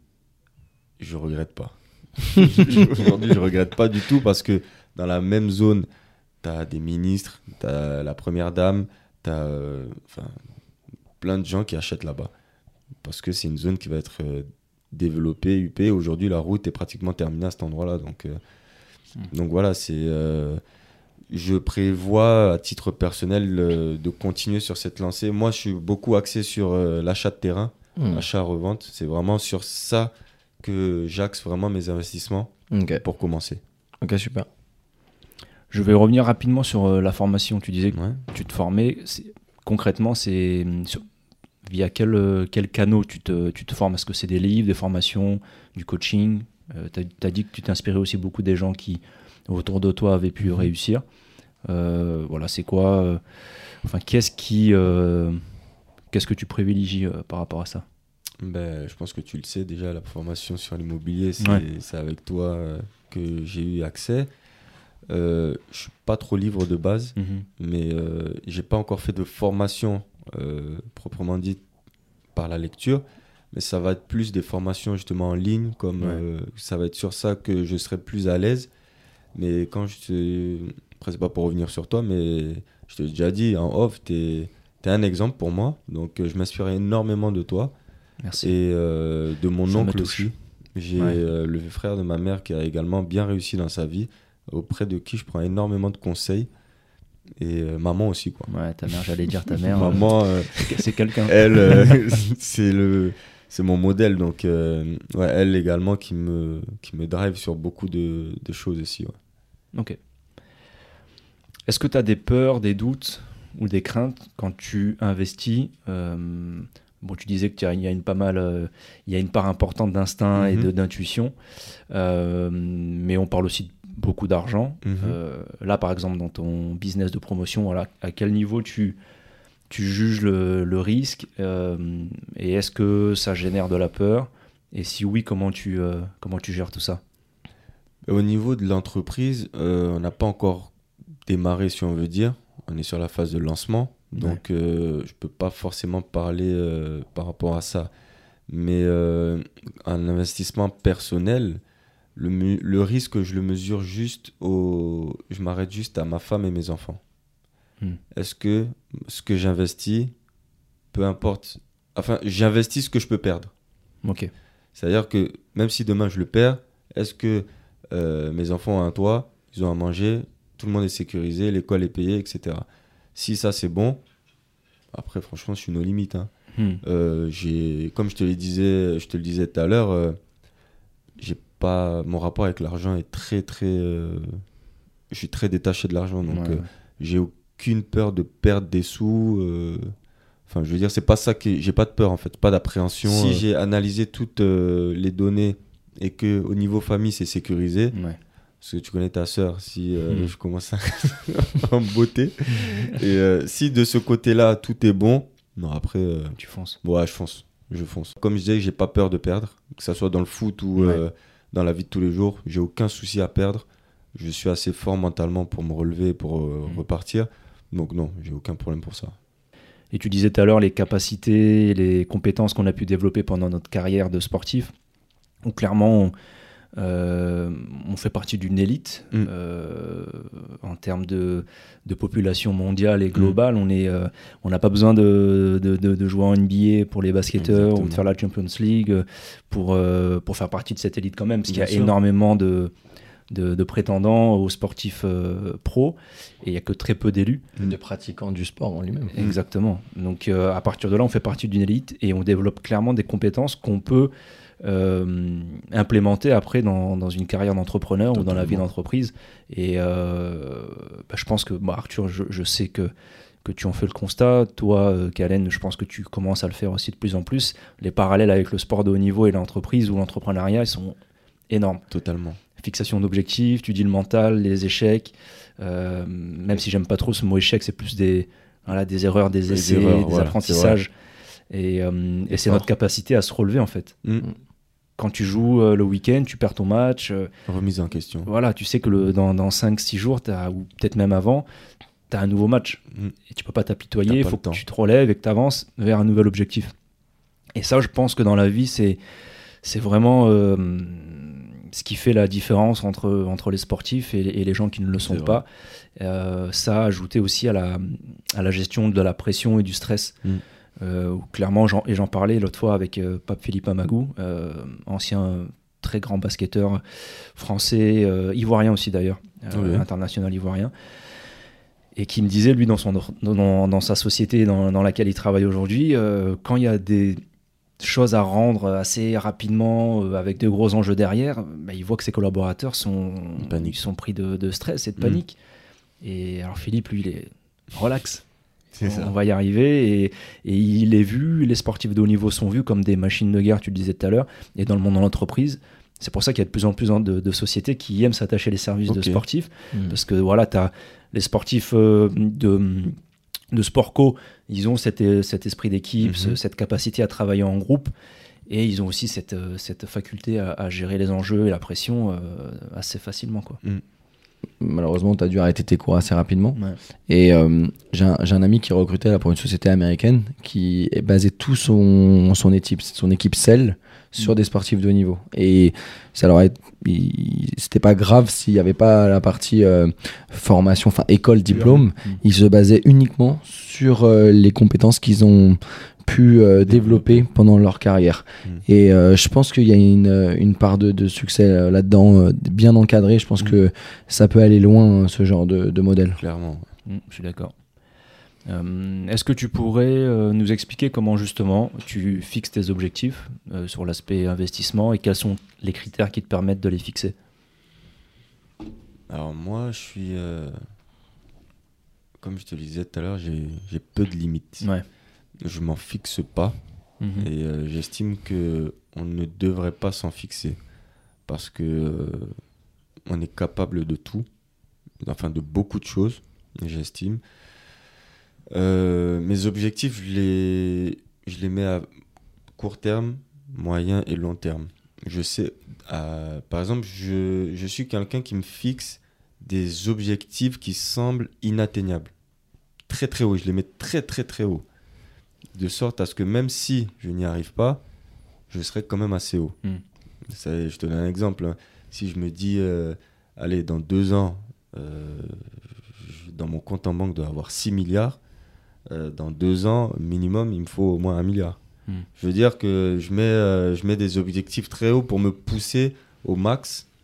Speaker 4: je regrette pas. Aujourd'hui, je regrette pas du tout parce que dans la même zone, tu as des ministres, tu as la première dame, tu as euh, plein de gens qui achètent là-bas. Parce que c'est une zone qui va être euh, développée, huppée. Aujourd'hui, la route est pratiquement terminée à cet endroit-là. Donc, euh, mmh. donc voilà, c'est, euh, je prévois à titre personnel euh, de continuer sur cette lancée. Moi, je suis beaucoup axé sur euh, l'achat de terrain, mmh. achat-revente. C'est vraiment sur ça que j'axe vraiment mes investissements
Speaker 3: okay.
Speaker 4: pour commencer.
Speaker 3: Ok, super.
Speaker 2: Je vais revenir rapidement sur euh, la formation. Tu disais que
Speaker 4: ouais.
Speaker 2: tu te formais. C'est, concrètement, c'est sur, via quel, euh, quel canot tu te, tu te formes? Est-ce que c'est des livres, des formations, du coaching? euh, Tu as dit que tu t'inspirais aussi beaucoup des gens qui, autour de toi, avaient pu mmh. réussir. Euh, voilà, c'est quoi euh, Enfin, qu'est-ce qui, euh, qu'est-ce que tu privilégies euh, par rapport à ça?
Speaker 4: Ben, je pense que tu le sais déjà, la formation sur l'immobilier, c'est,
Speaker 2: ouais.
Speaker 4: c'est avec toi euh, que j'ai eu accès. Euh, je suis pas trop livre de base,
Speaker 2: mmh.
Speaker 4: mais euh, j'ai pas encore fait de formation euh, proprement dite par la lecture, mais ça va être plus des formations justement en ligne, comme ouais. euh, ça va être sur ça que je serai plus à l'aise. Mais quand je te... Après, c'est pas pour revenir sur toi, mais je t'ai déjà dit en off, t'es, t'es un exemple pour moi, donc euh, je m'inspire énormément de toi.
Speaker 2: Merci.
Speaker 4: Et euh, de mon
Speaker 2: ça
Speaker 4: oncle aussi. J'ai
Speaker 2: ouais.
Speaker 4: euh, le frère de ma mère qui a également bien réussi dans sa vie, auprès de qui je prends énormément de conseils. Et euh, maman aussi, quoi.
Speaker 2: Ouais, ta mère, j'allais dire ta mère.
Speaker 4: Maman, euh,
Speaker 2: c'est quelqu'un.
Speaker 4: Elle, euh, c'est, le, c'est mon modèle. Donc, euh, ouais, elle également qui me, qui me drive sur beaucoup de, de choses aussi. Ouais.
Speaker 2: Ok. Est-ce que tu as des peurs, des doutes ou des craintes quand tu investis euh, Bon, tu disais qu'il y a une, pas mal, euh, il y a une part importante d'instinct mm-hmm. et de, d'intuition, euh, mais on parle aussi de beaucoup d'argent. Mm-hmm. Euh, là, par exemple, dans ton business de promotion, voilà, à quel niveau tu, tu juges le, le risque euh, et est-ce que ça génère de la peur? Et si oui, comment tu, euh, comment tu gères tout ça?
Speaker 4: Au niveau de l'entreprise, euh, on n'a pas encore démarré, si on veut dire. On est sur la phase de lancement. Donc, ouais. euh, je ne peux pas forcément parler euh, par rapport à ça. Mais euh, un investissement personnel, le, mu- le risque, je le mesure juste au... Je m'arrête juste à ma femme et mes enfants. Hmm. Est-ce que ce que j'investis, peu importe... Enfin, j'investis ce que je peux perdre.
Speaker 2: Ok.
Speaker 4: C'est-à-dire que même si demain je le perds, est-ce que euh, mes enfants ont un toit, ils ont à manger, tout le monde est sécurisé, l'école est payée, et cetera. Si ça c'est bon, après franchement je suis nos limites. Hein.
Speaker 2: Hmm.
Speaker 4: Euh, j'ai, comme je te le disais, je te le disais tout à l'heure, euh, j'ai pas, mon rapport avec l'argent est très très, euh, je suis très détaché de l'argent, donc
Speaker 2: Ouais.
Speaker 4: euh, j'ai aucune peur de perdre des sous. euh, Enfin, je veux dire, c'est pas ça que j'ai pas de peur en fait, pas d'appréhension. Si
Speaker 2: euh.
Speaker 4: j'ai analysé toutes euh, les données et que au niveau famille c'est sécurisé,
Speaker 2: Ouais.
Speaker 4: parce que tu connais ta sœur, si euh,
Speaker 2: Mhm.
Speaker 4: je commence à, à me botter, et euh, si de ce côté-là tout est bon, non après, euh,
Speaker 2: Tu fonces.
Speaker 4: ouais, je fonce, je fonce. Comme je disais, j'ai pas peur de perdre, que ça soit dans le foot ou euh, dans la vie de tous les jours, j'ai aucun souci à perdre. Je suis assez fort mentalement pour me relever, pour euh,
Speaker 2: Mhm.
Speaker 4: repartir, donc non, j'ai aucun problème pour ça.
Speaker 2: Et tu disais tout à l'heure les capacités, les compétences qu'on a pu développer pendant notre carrière de sportif, où clairement on, euh, on fait partie d'une élite
Speaker 4: Mm.
Speaker 2: euh, en termes de, de population mondiale et globale. On est, euh, on n'a pas besoin de, de, de, de jouer en N B A pour les basketteurs
Speaker 4: Exactement.
Speaker 2: ou de faire la Champions League pour, euh, pour faire partie de cette élite quand même, parce qu'il y a
Speaker 4: Bien sûr.
Speaker 2: énormément de, de, de prétendants aux sportifs euh, pros et il n'y a que très peu d'élus.
Speaker 3: De pratiquants du sport en lui-même.
Speaker 2: Exactement. Donc euh, à partir de là, on fait partie d'une élite et on développe clairement des compétences qu'on peut euh, implémenter après dans, dans une carrière d'entrepreneur ou dans la vie
Speaker 4: Totalement.
Speaker 2: d'entreprise. Et euh, bah, je pense que, bah, Arthur, je, je sais que, que tu en fais le constat. Toi, euh, Kalen, je pense que tu commences à le faire aussi de plus en plus. Les parallèles avec le sport de haut niveau et l'entreprise ou l'entrepreneuriat, ils sont énormes.
Speaker 4: Totalement.
Speaker 2: Fixation d'objectifs, tu dis le mental, les échecs. Euh, même si j'aime pas trop ce mot échec, c'est plus des, voilà, des erreurs, des
Speaker 4: Des
Speaker 2: essais,
Speaker 4: erreurs,
Speaker 2: des
Speaker 4: voilà,
Speaker 2: apprentissages. Et, euh, et c'est
Speaker 3: fort.
Speaker 2: notre capacité à se relever en fait.
Speaker 4: Mm.
Speaker 2: Quand tu joues euh, le week-end, tu perds ton match. euh,
Speaker 4: Remise en question.
Speaker 2: voilà, tu sais que le, dans, dans cinq six jours, t'as, ou peut-être même avant, tu as un nouveau match.
Speaker 4: Mm.
Speaker 2: Et tu peux pas t'apitoyer,
Speaker 4: T'as
Speaker 2: il
Speaker 4: pas
Speaker 2: faut
Speaker 4: le
Speaker 2: que
Speaker 4: temps.
Speaker 2: tu te relèves et que tu avances vers un nouvel objectif. Et ça, je pense que dans la vie, c'est, c'est vraiment euh, ce qui fait la différence entre, entre les sportifs et, et les gens qui ne le sont
Speaker 4: C'est
Speaker 2: pas. Euh, ça, ajouté aussi à la, à la gestion de la pression et du stress.
Speaker 4: Mm.
Speaker 2: Euh, où clairement, j'en, et j'en parlais l'autre fois avec euh, Pape Philippe Amagou, euh, ancien euh, très grand basketteur français, euh, ivoirien aussi d'ailleurs, euh,
Speaker 4: Oui.
Speaker 2: international ivoirien, et qui me disait, lui, dans, son, dans, dans sa société dans, dans laquelle il travaille aujourd'hui, euh, quand il y a des choses à rendre assez rapidement, euh, avec de gros enjeux derrière, bah, il voit que ses collaborateurs sont,
Speaker 4: Panique.
Speaker 2: ils sont pris de, de stress et de
Speaker 4: Mm.
Speaker 2: panique. Et alors Philippe, lui, il est relax.
Speaker 4: C'est ça.
Speaker 2: On va y arriver et, et il est vu, les sportifs de haut niveau sont vus comme des machines de guerre, tu le disais tout à l'heure, et dans le monde de l'entreprise, c'est pour ça qu'il y a de plus en plus de, de sociétés qui aiment s'attacher les services de
Speaker 4: Ok.
Speaker 2: sportifs,
Speaker 3: Mm.
Speaker 2: parce que voilà, tu as les sportifs euh, de, de sport co, ils ont cet, cet esprit d'équipe,
Speaker 4: Mhm.
Speaker 2: ce- cette capacité à travailler en groupe, et ils ont aussi cette, euh, cette faculté à, à gérer les enjeux et la pression euh, assez facilement, quoi.
Speaker 3: Malheureusement, tu as dû arrêter tes cours assez rapidement.
Speaker 2: Ouais.
Speaker 3: Et euh, j'ai un, j'ai un ami qui recrutait là, pour une société américaine qui basait tout son, son équipe, son équipe Cell sur
Speaker 2: Mm.
Speaker 3: des sportifs de haut niveau. Et ça leur a, il- c'était pas grave s'il n'y avait pas la partie euh, formation, enfin école, diplôme.
Speaker 2: Mm.
Speaker 3: Ils se basaient uniquement sur euh, les compétences qu'ils ont pu euh, développer pendant leur carrière.
Speaker 4: Mm.
Speaker 3: Et euh, je pense qu'il y a une, une part de, de succès euh, là-dedans, euh, bien encadré. Je pense
Speaker 4: Mm.
Speaker 3: que ça peut aller loin, ce genre de, de modèle.
Speaker 4: Clairement.
Speaker 2: Mm, je suis d'accord. Euh, est-ce que tu pourrais euh, nous expliquer comment justement tu fixes tes objectifs euh, sur l'aspect investissement et quels sont les critères qui te permettent de les fixer?
Speaker 4: Alors moi, je suis... euh, Comme je te le disais tout à l'heure, j'ai j'ai peu de limites.
Speaker 2: Ouais.
Speaker 4: Je m'en fixe pas.
Speaker 2: Mhm.
Speaker 4: Et euh, j'estime que on ne devrait pas s'en fixer parce que euh, on est capable de tout, enfin de beaucoup de choses, j'estime. Euh, mes objectifs, je les, je les mets à court terme, moyen et long terme. Je sais, euh, par exemple, je, je suis quelqu'un qui me fixe des objectifs qui semblent inatteignables, très très haut. Je les mets très très très haut. De sorte à ce que même si je n'y arrive pas, je serai quand même assez haut.
Speaker 2: Mm.
Speaker 4: Ça, je te donne un exemple. Hein. Si je me dis, euh, allez, dans deux ans, euh, je- dans mon compte en banque, doit avoir six milliards. Euh, dans deux ans, minimum, il me faut au moins un milliard.
Speaker 2: Mm.
Speaker 4: Je veux dire que je mets, euh, je mets des objectifs très hauts pour me pousser au max.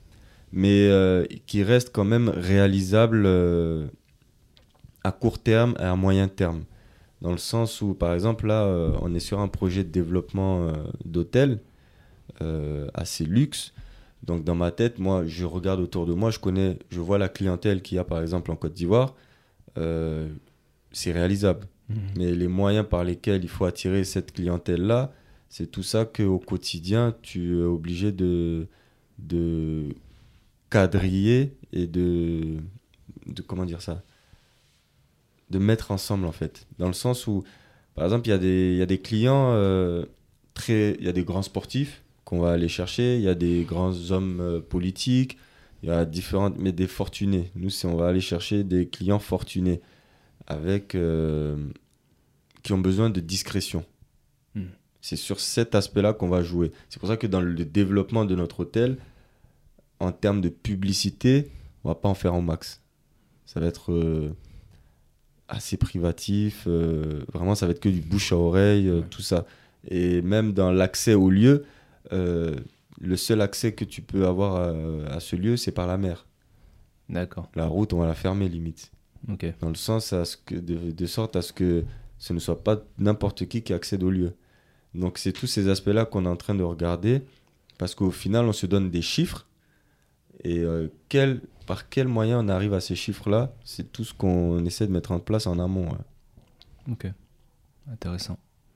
Speaker 4: mais euh, qui reste quand même réalisable euh, à court terme et à moyen terme. Dans le sens où, par exemple, là, euh, on est sur un projet de développement euh, d'hôtel euh, assez luxe. Donc, dans ma tête, moi, je regarde autour de moi, je connais, je vois la clientèle qu'il y a, par exemple, en Côte d'Ivoire. Euh, c'est réalisable. Mmh. Mais les moyens par lesquels il faut attirer cette clientèle-là, c'est tout ça qu'au quotidien, tu es obligé de, de quadriller et de, de... Comment dire ça ? De mettre ensemble, en fait. Dans le sens où, par exemple, il y a des, il y a des clients, euh, très, il y a des grands sportifs qu'on va aller chercher, il y a des grands hommes euh, politiques, il y a différentes, mais des fortunés. Nous, c'est, on va aller chercher des clients fortunés avec, euh, qui ont besoin de discrétion. Mmh. C'est sur cet aspect-là qu'on va jouer. C'est pour ça que dans le développement de notre hôtel, en termes de publicité, on va pas en faire en max. Ça va être... Euh, assez privatif, euh, vraiment ça va être que du bouche à oreille, euh, ouais. tout ça. Et même dans l'accès au lieu, euh, le seul accès que tu peux avoir à, à ce lieu, c'est par la mer.
Speaker 2: D'accord.
Speaker 4: La route, on va la fermer limite.
Speaker 2: Okay.
Speaker 4: Dans le sens à ce que, de, de sorte à ce que ce ne soit pas n'importe qui qui accède au lieu. Donc c'est tous ces aspects-là qu'on est en train de regarder, parce qu'au final, on se donne des chiffres, et euh, quel... par quel moyen on arrive à ces chiffres-là, c'est tout ce qu'on essaie de mettre en place en amont. Ouais.
Speaker 2: Ok, intéressant.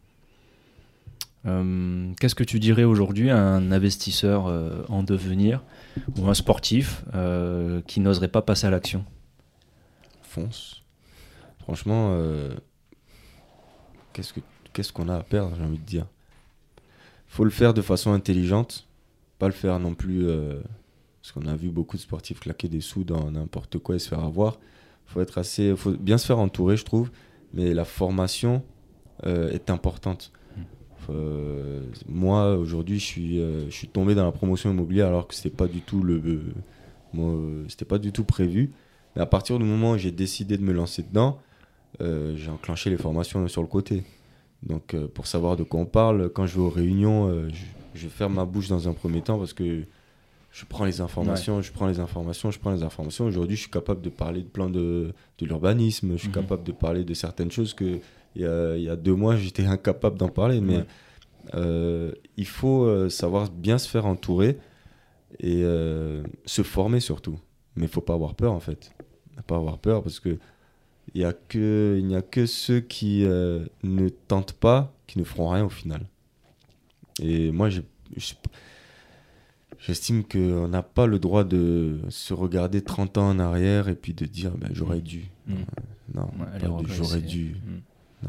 Speaker 2: Euh, qu'est-ce que tu dirais aujourd'hui à un investisseur euh, en devenir ou un sportif euh, qui n'oserait pas passer à l'action ?
Speaker 4: Fonce. Franchement, euh, qu'est-ce, que, qu'est-ce qu'on a à perdre, j'ai envie de dire. Il faut le faire de façon intelligente, pas le faire non plus... Euh, parce qu'on a vu beaucoup de sportifs claquer des sous dans n'importe quoi et se faire avoir. Il faut être assez, faut bien se faire entourer, je trouve. Mais la formation euh, est importante. Euh, moi, aujourd'hui, je suis, euh, je suis tombé dans la promotion immobilière alors que c'était pas du tout le, euh, moi, c'était pas du tout prévu. Mais à partir du moment où j'ai décidé de me lancer dedans, euh, j'ai enclenché les formations sur le côté. Donc, euh, pour savoir de quoi on parle, quand je vais aux réunions, euh, je, je ferme ma bouche dans un premier temps parce que je prends les informations, ouais. je prends les informations, je prends les informations. Aujourd'hui, je suis capable de parler de plan de, de l'urbanisme. Je suis mmh. capable de parler de certaines choses que il y a, il y a deux mois, j'étais incapable d'en parler. Mais ouais. euh, il faut euh, savoir bien se faire entourer et euh, se former surtout. Mais il ne faut pas avoir peur, en fait. Il ne faut pas avoir peur parce que il y a que, il n'y a que ceux qui euh, ne tentent pas qui ne feront rien au final. Et moi, j'ai, j'ai J'estime qu'on n'a pas le droit de se regarder trente ans en arrière et puis de dire ben, j'aurais dû.
Speaker 2: Mmh.
Speaker 4: Euh, non,
Speaker 2: ouais,
Speaker 4: pas du, j'aurais dû.
Speaker 2: Mmh. Non.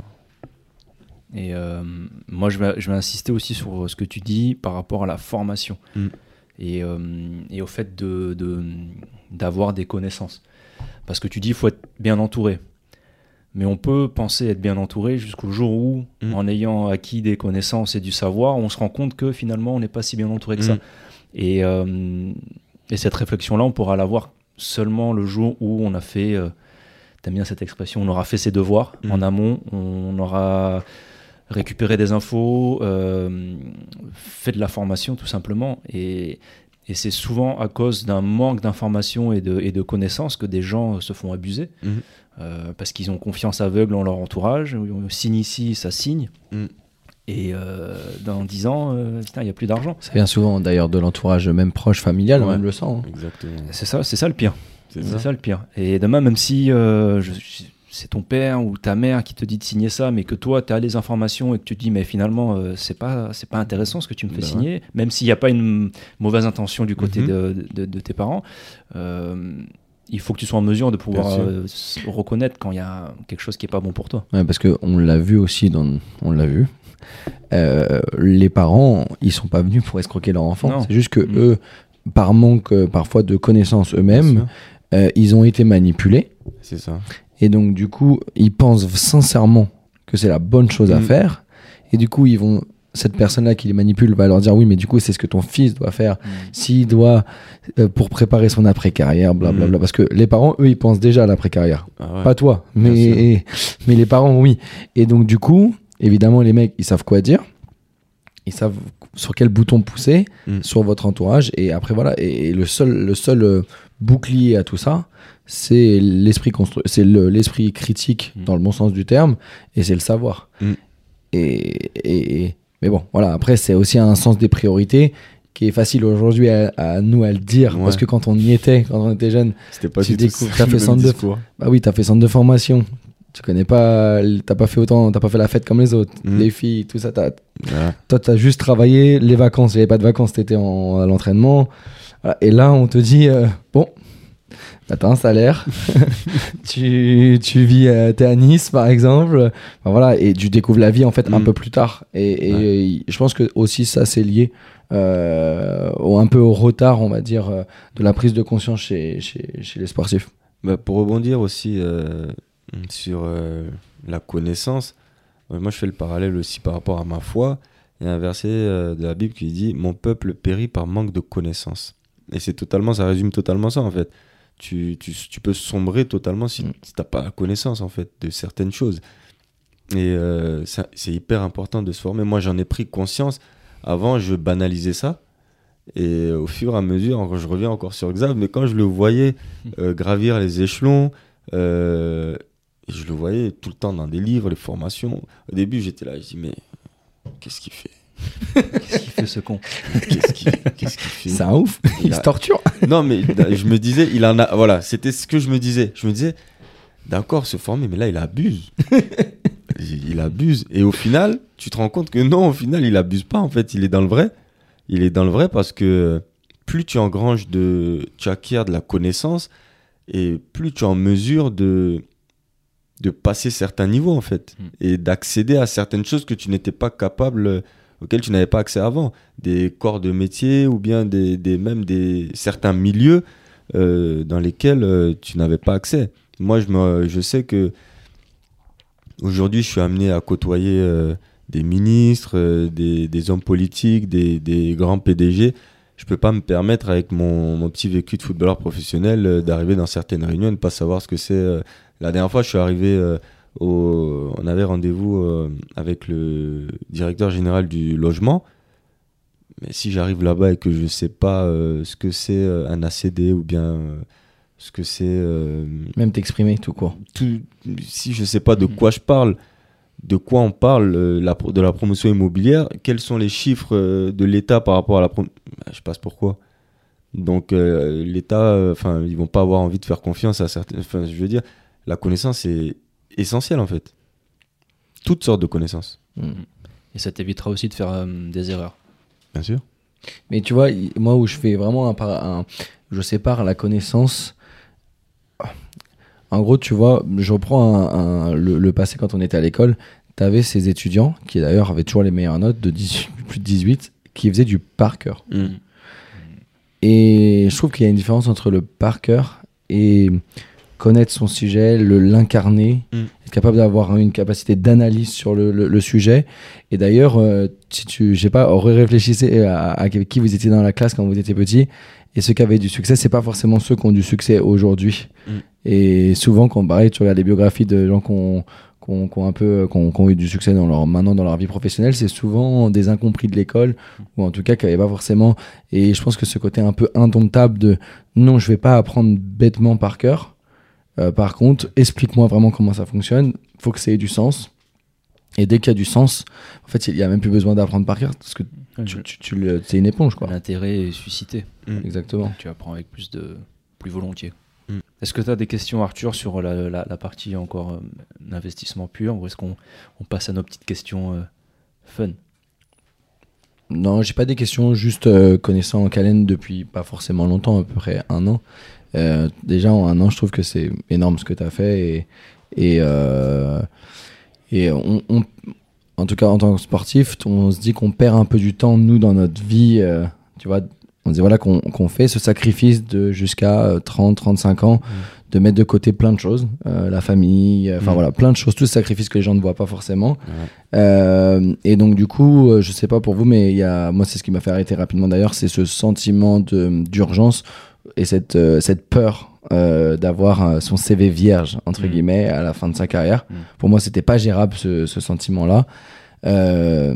Speaker 2: Et euh, moi, je vais, je vais insister aussi sur ce que tu dis par rapport à la formation mmh. et, euh, et au fait de, de, d'avoir des connaissances. Parce que tu dis qu'il faut être bien entouré. Mais on peut penser être bien entouré jusqu'au jour où, mmh. en ayant acquis des connaissances et du savoir, on se rend compte que finalement, on n'est pas si bien entouré que mmh. ça. Et, euh, et cette réflexion-là, on pourra l'avoir seulement le jour où on a fait, euh, t'aimes bien cette expression, on aura fait ses devoirs mmh. en amont, on aura récupéré des infos, euh, fait de la formation tout simplement. Et, et c'est souvent à cause d'un manque d'informations et de, et de connaissances que des gens se font abuser, mmh. euh, parce qu'ils ont confiance aveugle en leur entourage, on signe ici, ça signe. Mmh. Et euh, dans dix ans, euh, il n'y a plus d'argent.
Speaker 3: Ça vient souvent d'ailleurs de l'entourage même proche, familial, ouais. on le sent. Hein.
Speaker 4: Exactement.
Speaker 2: C'est ça, c'est ça le pire.
Speaker 4: C'est,
Speaker 2: c'est
Speaker 4: ça.
Speaker 2: ça le pire. Et demain, même si euh, je, c'est ton père ou ta mère qui te dit de signer ça, mais que toi, tu as les informations et que tu te dis, mais finalement, euh, c'est pas, c'est pas intéressant ce que tu me fais ben signer, ouais. même s'il n'y a pas une mauvaise intention du côté mm-hmm. de, de, de tes parents. Euh, il faut que tu sois en mesure de pouvoir euh, reconnaître quand il y a quelque chose qui n'est pas bon pour toi.
Speaker 3: Ouais, parce qu'on l'a vu aussi, dans, on l'a vu. Euh, les parents, ils sont pas venus pour escroquer leur enfant. Non. C'est juste que mmh. eux, par manque euh, parfois de connaissances eux-mêmes, euh, ils ont été manipulés.
Speaker 4: C'est ça.
Speaker 3: Et donc du coup, ils pensent sincèrement que c'est la bonne chose mmh. à faire. Et du coup, ils vont, cette personne-là qui les manipule va leur dire oui, mais du coup, c'est ce que ton fils doit faire. Mmh. S'il doit euh, pour préparer son après-carrière, blablabla. Mmh. Parce que les parents, eux, ils pensent déjà à l'après-carrière. Ah ouais. Pas toi, mais et, mais les parents, oui. Et donc du coup. Évidemment, les mecs, ils savent quoi dire. ils savent sur quel bouton pousser
Speaker 4: Mm.
Speaker 3: sur votre entourage. Et après, voilà. Et, et le seul, le seul euh, bouclier à tout ça, c'est l'esprit, constru- c'est le- l'esprit critique
Speaker 2: Mm.
Speaker 3: dans le bon sens du terme, et c'est le savoir.
Speaker 4: Mm.
Speaker 3: Et, et, et- mais bon, voilà. Après, c'est aussi un sens des priorités qui est facile aujourd'hui à, à nous à le dire.
Speaker 4: Ouais.
Speaker 3: Parce que quand on y était, quand on était jeune,
Speaker 4: C'était pas
Speaker 3: Tu
Speaker 4: du tout
Speaker 3: découvres,
Speaker 4: ça,
Speaker 3: t'as
Speaker 4: le
Speaker 3: fait
Speaker 4: même
Speaker 3: centre de-
Speaker 4: discours.
Speaker 3: bah oui, t'as fait centre de formation. Tu connais pas, t'as pas fait autant, t'as pas fait la fête comme les autres.
Speaker 4: Mm.
Speaker 3: Les filles, tout ça, t'as,
Speaker 4: Voilà.
Speaker 3: toi, t'as juste travaillé les vacances. Il n'y avait pas de vacances, t'étais en, à l'entraînement. Voilà. Et là, on te dit, euh, bon, bah, t'as un salaire, tu, tu vis, euh, t'es à Nice, par exemple. Enfin, voilà, et tu découvres la vie, en fait, un
Speaker 4: Mm.
Speaker 3: peu plus tard. Et, et je pense que aussi, ça, c'est lié euh, au, un peu au retard, on va dire, euh, de la prise de conscience chez, chez, chez les sportifs.
Speaker 4: Bah, pour rebondir aussi euh, sur euh, la connaissance, euh, moi je fais le parallèle aussi par rapport à ma foi. Il y a un verset euh, de la Bible qui dit « Mon peuple périt par manque de connaissance ». Et c'est totalement, ça résume totalement ça en fait. Tu, tu, tu peux sombrer totalement si,
Speaker 3: Mm.
Speaker 4: si tu n'as pas la connaissance en fait de certaines choses. Et euh, ça- c'est hyper important de se former. Moi j'en ai pris conscience. Avant je banalisais ça. Et au fur et à mesure, je reviens encore sur Xav, mais quand je le voyais euh, gravir les échelons, euh, je le voyais tout le temps dans des livres, les formations. Au début, j'étais là, je dis, mais qu'est-ce qu'il fait
Speaker 2: Qu'est-ce qu'il fait ce con?
Speaker 4: Qu'est-ce qu'il qu'est-ce qu'il fait
Speaker 3: C'est un ouf,
Speaker 4: Il
Speaker 3: il
Speaker 4: a-
Speaker 3: se torture.
Speaker 4: Non, mais je me disais, il en a. Voilà, c'était ce que je me disais. Je me disais, d'accord, se former, mais là, il abuse. il, il abuse. Et au final, tu te rends compte que non, au final, il abuse pas. En fait, il est dans le vrai. Il est dans le vrai parce que plus tu engranges de. Tu acquiers de la connaissance et plus tu es en mesure de. de passer certains niveaux, en fait.
Speaker 2: Mm.
Speaker 4: Et d'accéder à certaines choses que tu n'étais pas capable. Auxquelles tu n'avais pas accès avant. Des corps de métier ou bien des, des, même des, certains milieux euh, dans lesquels euh, tu n'avais pas accès. Moi, je, me, je sais que aujourd'hui, je suis amené à côtoyer euh, des ministres, euh, des, des hommes politiques, des, des grands P D G. Je ne peux pas me permettre, avec mon, mon petit vécu de footballeur professionnel, euh, d'arriver dans certaines réunions et de ne pas savoir ce que c'est. Euh. La dernière fois, je suis arrivé... Euh, Au, on avait rendez-vous euh, avec le directeur général du logement. Mais si j'arrive là-bas et que je ne sais pas euh, ce que c'est euh, un A C D ou bien euh, ce que c'est... euh,
Speaker 3: Même t'exprimer tout court.
Speaker 4: tout, si je ne sais pas de quoi je parle, de quoi on parle, euh, la, pro- de la promotion immobilière, quels sont les chiffres euh, de l'État par rapport à la promotion... Je passe pourquoi. Donc euh, l'État, enfin, ils ne vont pas avoir envie de faire confiance à certains... Enfin, je veux dire, la connaissance est essentiel en fait. Toutes sortes de connaissances.
Speaker 2: Et ça t'évitera aussi de faire euh, des erreurs.
Speaker 4: Bien sûr.
Speaker 3: Mais tu vois, y- moi où je fais vraiment un, par- un- je sépare la connaissance. En gros, tu vois, je reprends un- un- le, le passé quand on était à l'école. Tu avais ces étudiants qui d'ailleurs avaient toujours les meilleures notes de dix-huit, plus de dix-huit, qui faisaient du par cœur.
Speaker 4: Mm.
Speaker 3: Et je trouve qu'il y a une différence entre le par cœur et connaître son sujet, le l'incarner,
Speaker 4: Mm.
Speaker 3: être capable d'avoir une capacité d'analyse sur le, le- le sujet. Et d'ailleurs, euh, si tu, je sais pas, réfléchissez à, à qui vous étiez dans la classe quand vous étiez petit, et ceux qui avaient du succès, c'est pas forcément ceux qui ont du succès aujourd'hui.
Speaker 4: Mm.
Speaker 3: Et souvent, quand pareil, tu regardes les biographies de gens qui ont, qui ont- qui ont un peu, qui ont, qui ont eu du succès dans leur, maintenant dans leur vie professionnelle, c'est souvent des incompris de l'école, ou en tout cas qui n'avaient pas forcément. Et je pense que ce côté un peu indomptable de non, je vais pas apprendre bêtement par cœur. Euh, par contre, explique-moi vraiment comment ça fonctionne. Il faut que ça ait du sens. Et dès qu'il y a du sens, en fait, il n'y a même plus besoin d'apprendre par cœur parce que tu, tu, tu le- c'est une éponge, quoi.
Speaker 2: L'intérêt est suscité.
Speaker 4: Mm.
Speaker 3: Exactement.
Speaker 2: Tu apprends avec plus de plus volontiers.
Speaker 4: Mm.
Speaker 2: Est-ce que tu as des questions, Arthur, sur la, la, la partie encore euh, d'investissement pur, ou est-ce qu'on on passe à nos petites questions euh, fun?
Speaker 3: Non, j'ai pas des questions, juste euh, connaissant Calen depuis pas forcément longtemps, à peu près un an. Euh, déjà, en un an, je trouve que c'est énorme ce que tu as fait. Et, et, euh, et on, on- en tout cas, en tant que sportif, on se dit qu'on perd un peu du temps, nous, dans notre vie. euh, tu vois, on se dit voilà, qu'on qu'on fait ce sacrifice de jusqu'à trente, trente-cinq ans, de mettre de côté plein de choses, euh, la famille, enfin
Speaker 4: Mm.
Speaker 3: voilà, plein de choses, tous ces sacrifices que les gens ne voient pas forcément.
Speaker 4: Ouais.
Speaker 3: Euh, et donc du coup, euh, je sais pas pour vous, mais il y a, moi c'est ce qui m'a fait arrêter rapidement d'ailleurs, c'est ce sentiment de, d'urgence et cette, euh, cette peur euh, d'avoir euh, son C V vierge, entre
Speaker 2: Mm.
Speaker 3: guillemets, à la fin de sa carrière.
Speaker 2: Mm.
Speaker 3: Pour moi, c'était pas gérable ce, ce sentiment-là. Euh,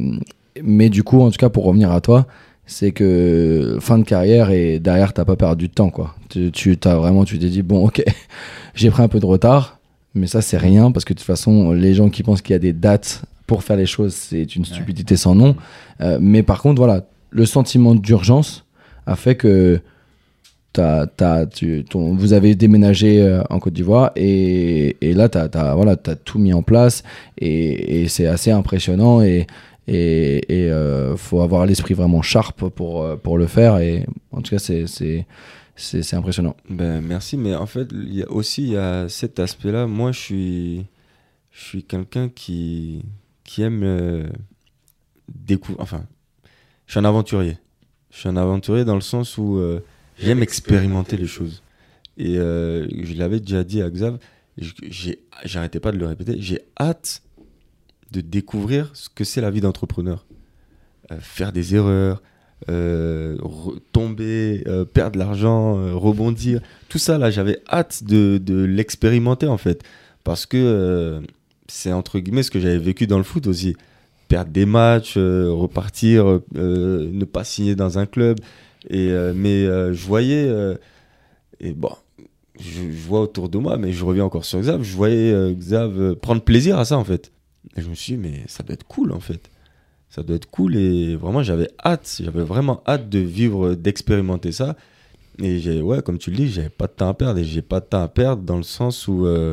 Speaker 3: mais du coup, en tout cas, pour revenir à toi, c'est que fin de carrière et derrière, t'as pas perdu de temps, quoi. Tu, tu t'as vraiment, tu t'es dit, bon, ok, j'ai pris un peu de retard, mais ça, c'est rien parce que de toute façon, les gens qui pensent qu'il y a des dates pour faire les choses, c'est une stupidité ouais. sans nom. Euh, mais par contre, voilà, le sentiment d'urgence a fait que t'as, t'as, tu, ton, vous avez déménagé euh, en Côte d'Ivoire et, et là, t'as, t'as, voilà, t'as tout mis en place et, et c'est assez impressionnant et et il euh, faut avoir l'esprit vraiment sharp pour, pour le faire et en tout cas, c'est, c'est, c'est, c'est impressionnant.
Speaker 4: Ben, merci, mais en fait, il y a aussi il y a cet aspect-là. Moi, je suis, je suis quelqu'un qui, qui aime euh, découvrir. Enfin, je suis un aventurier. Je suis un aventurier dans le sens où euh, j'aime expérimenter les choses. Et euh, je l'avais déjà dit à Xav, j'ai, j'arrêtais pas de le répéter, j'ai hâte de découvrir ce que c'est la vie d'entrepreneur. Euh, faire des erreurs, euh, re- tomber, euh, perdre de l'argent, euh, rebondir. Tout ça, là, j'avais hâte de, de l'expérimenter, en fait. Parce que euh, c'est, entre guillemets, ce que j'avais vécu dans le foot aussi. Perdre des matchs, euh, repartir, euh, ne pas signer dans un club. Et, euh, mais euh, je voyais... Euh, et bon, je, je vois autour de moi, mais je reviens encore sur Xav, je voyais euh, Xav euh, prendre plaisir à ça, en fait. Et je me suis dit, mais ça doit être cool, en fait. Ça doit être cool. Et vraiment, j'avais hâte. J'avais vraiment hâte de vivre, d'expérimenter ça. Et j'ai, ouais, comme tu le dis, j'avais pas de temps à perdre. Et j'ai pas de temps à perdre dans le sens où euh,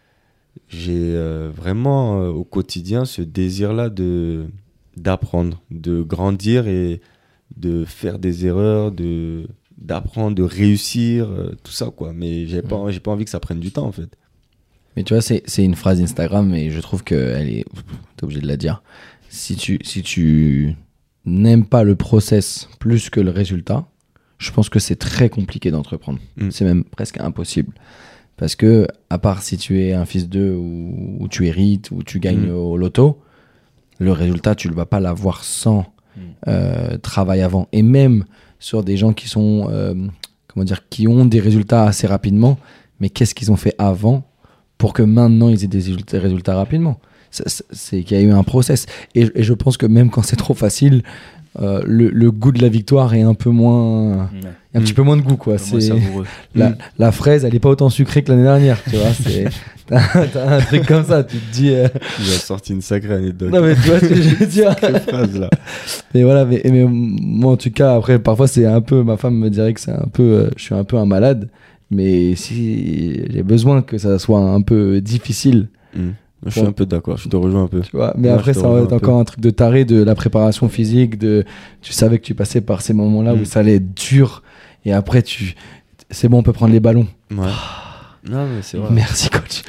Speaker 4: j'ai euh, vraiment, euh, au quotidien, ce désir-là de, d'apprendre, de grandir et de faire des erreurs, de, d'apprendre, de réussir, euh, tout ça, quoi. Mais j'ai pas, j'ai pas envie que ça prenne du temps, en fait.
Speaker 3: Mais tu vois, c'est, c'est une phrase Instagram et je trouve qu'elle est... T'es obligé de la dire. Si tu, si tu n'aimes pas le process plus que le résultat, je pense que c'est très compliqué d'entreprendre. Mm. C'est même presque impossible. Parce que, à part si tu es un fils d'eux ou, ou tu hérites ou tu gagnes mm. au loto, le résultat, tu ne vas pas l'avoir sans mm. euh, travail avant. Et même sur des gens qui sont... Euh, comment dire, qui ont des résultats assez rapidement, mais qu'est-ce qu'ils ont fait avant pour que maintenant ils aient des résultats, résultats rapidement. C'est, c'est, c'est qu'il y a eu un process. Et, et je pense que même quand c'est trop facile, euh, le, le goût de la victoire est un peu moins... Ouais. Un mmh. petit peu moins de goût, quoi. C'est, la, mmh. la fraise, elle n'est pas autant sucrée que l'année dernière, tu vois. C'est, t'as, t'as un truc comme ça, tu te dis... Euh...
Speaker 4: Il a sorti une sacrée anecdote.
Speaker 3: Non, mais tu vois ce que je veux dire.
Speaker 4: Quelle phrase, là.
Speaker 3: Mais voilà, mais, mais moi, en tout cas, après, parfois, c'est un peu... Ma femme me dirait que c'est un peu... Euh, je suis un peu un malade. Mais si j'ai besoin que ça soit un peu difficile.
Speaker 4: Mmh. Je suis bon. un peu d'accord, je te rejoins un peu.
Speaker 3: Tu vois, mais Moi, après, ça va être un encore peu. un truc de taré, de la préparation physique, de tu savais que tu passais par ces moments-là mmh. où ça allait être dur. Et après, tu c'est bon, on peut prendre les ballons.
Speaker 4: Ouais. Non, mais c'est vrai.
Speaker 3: Merci, coach.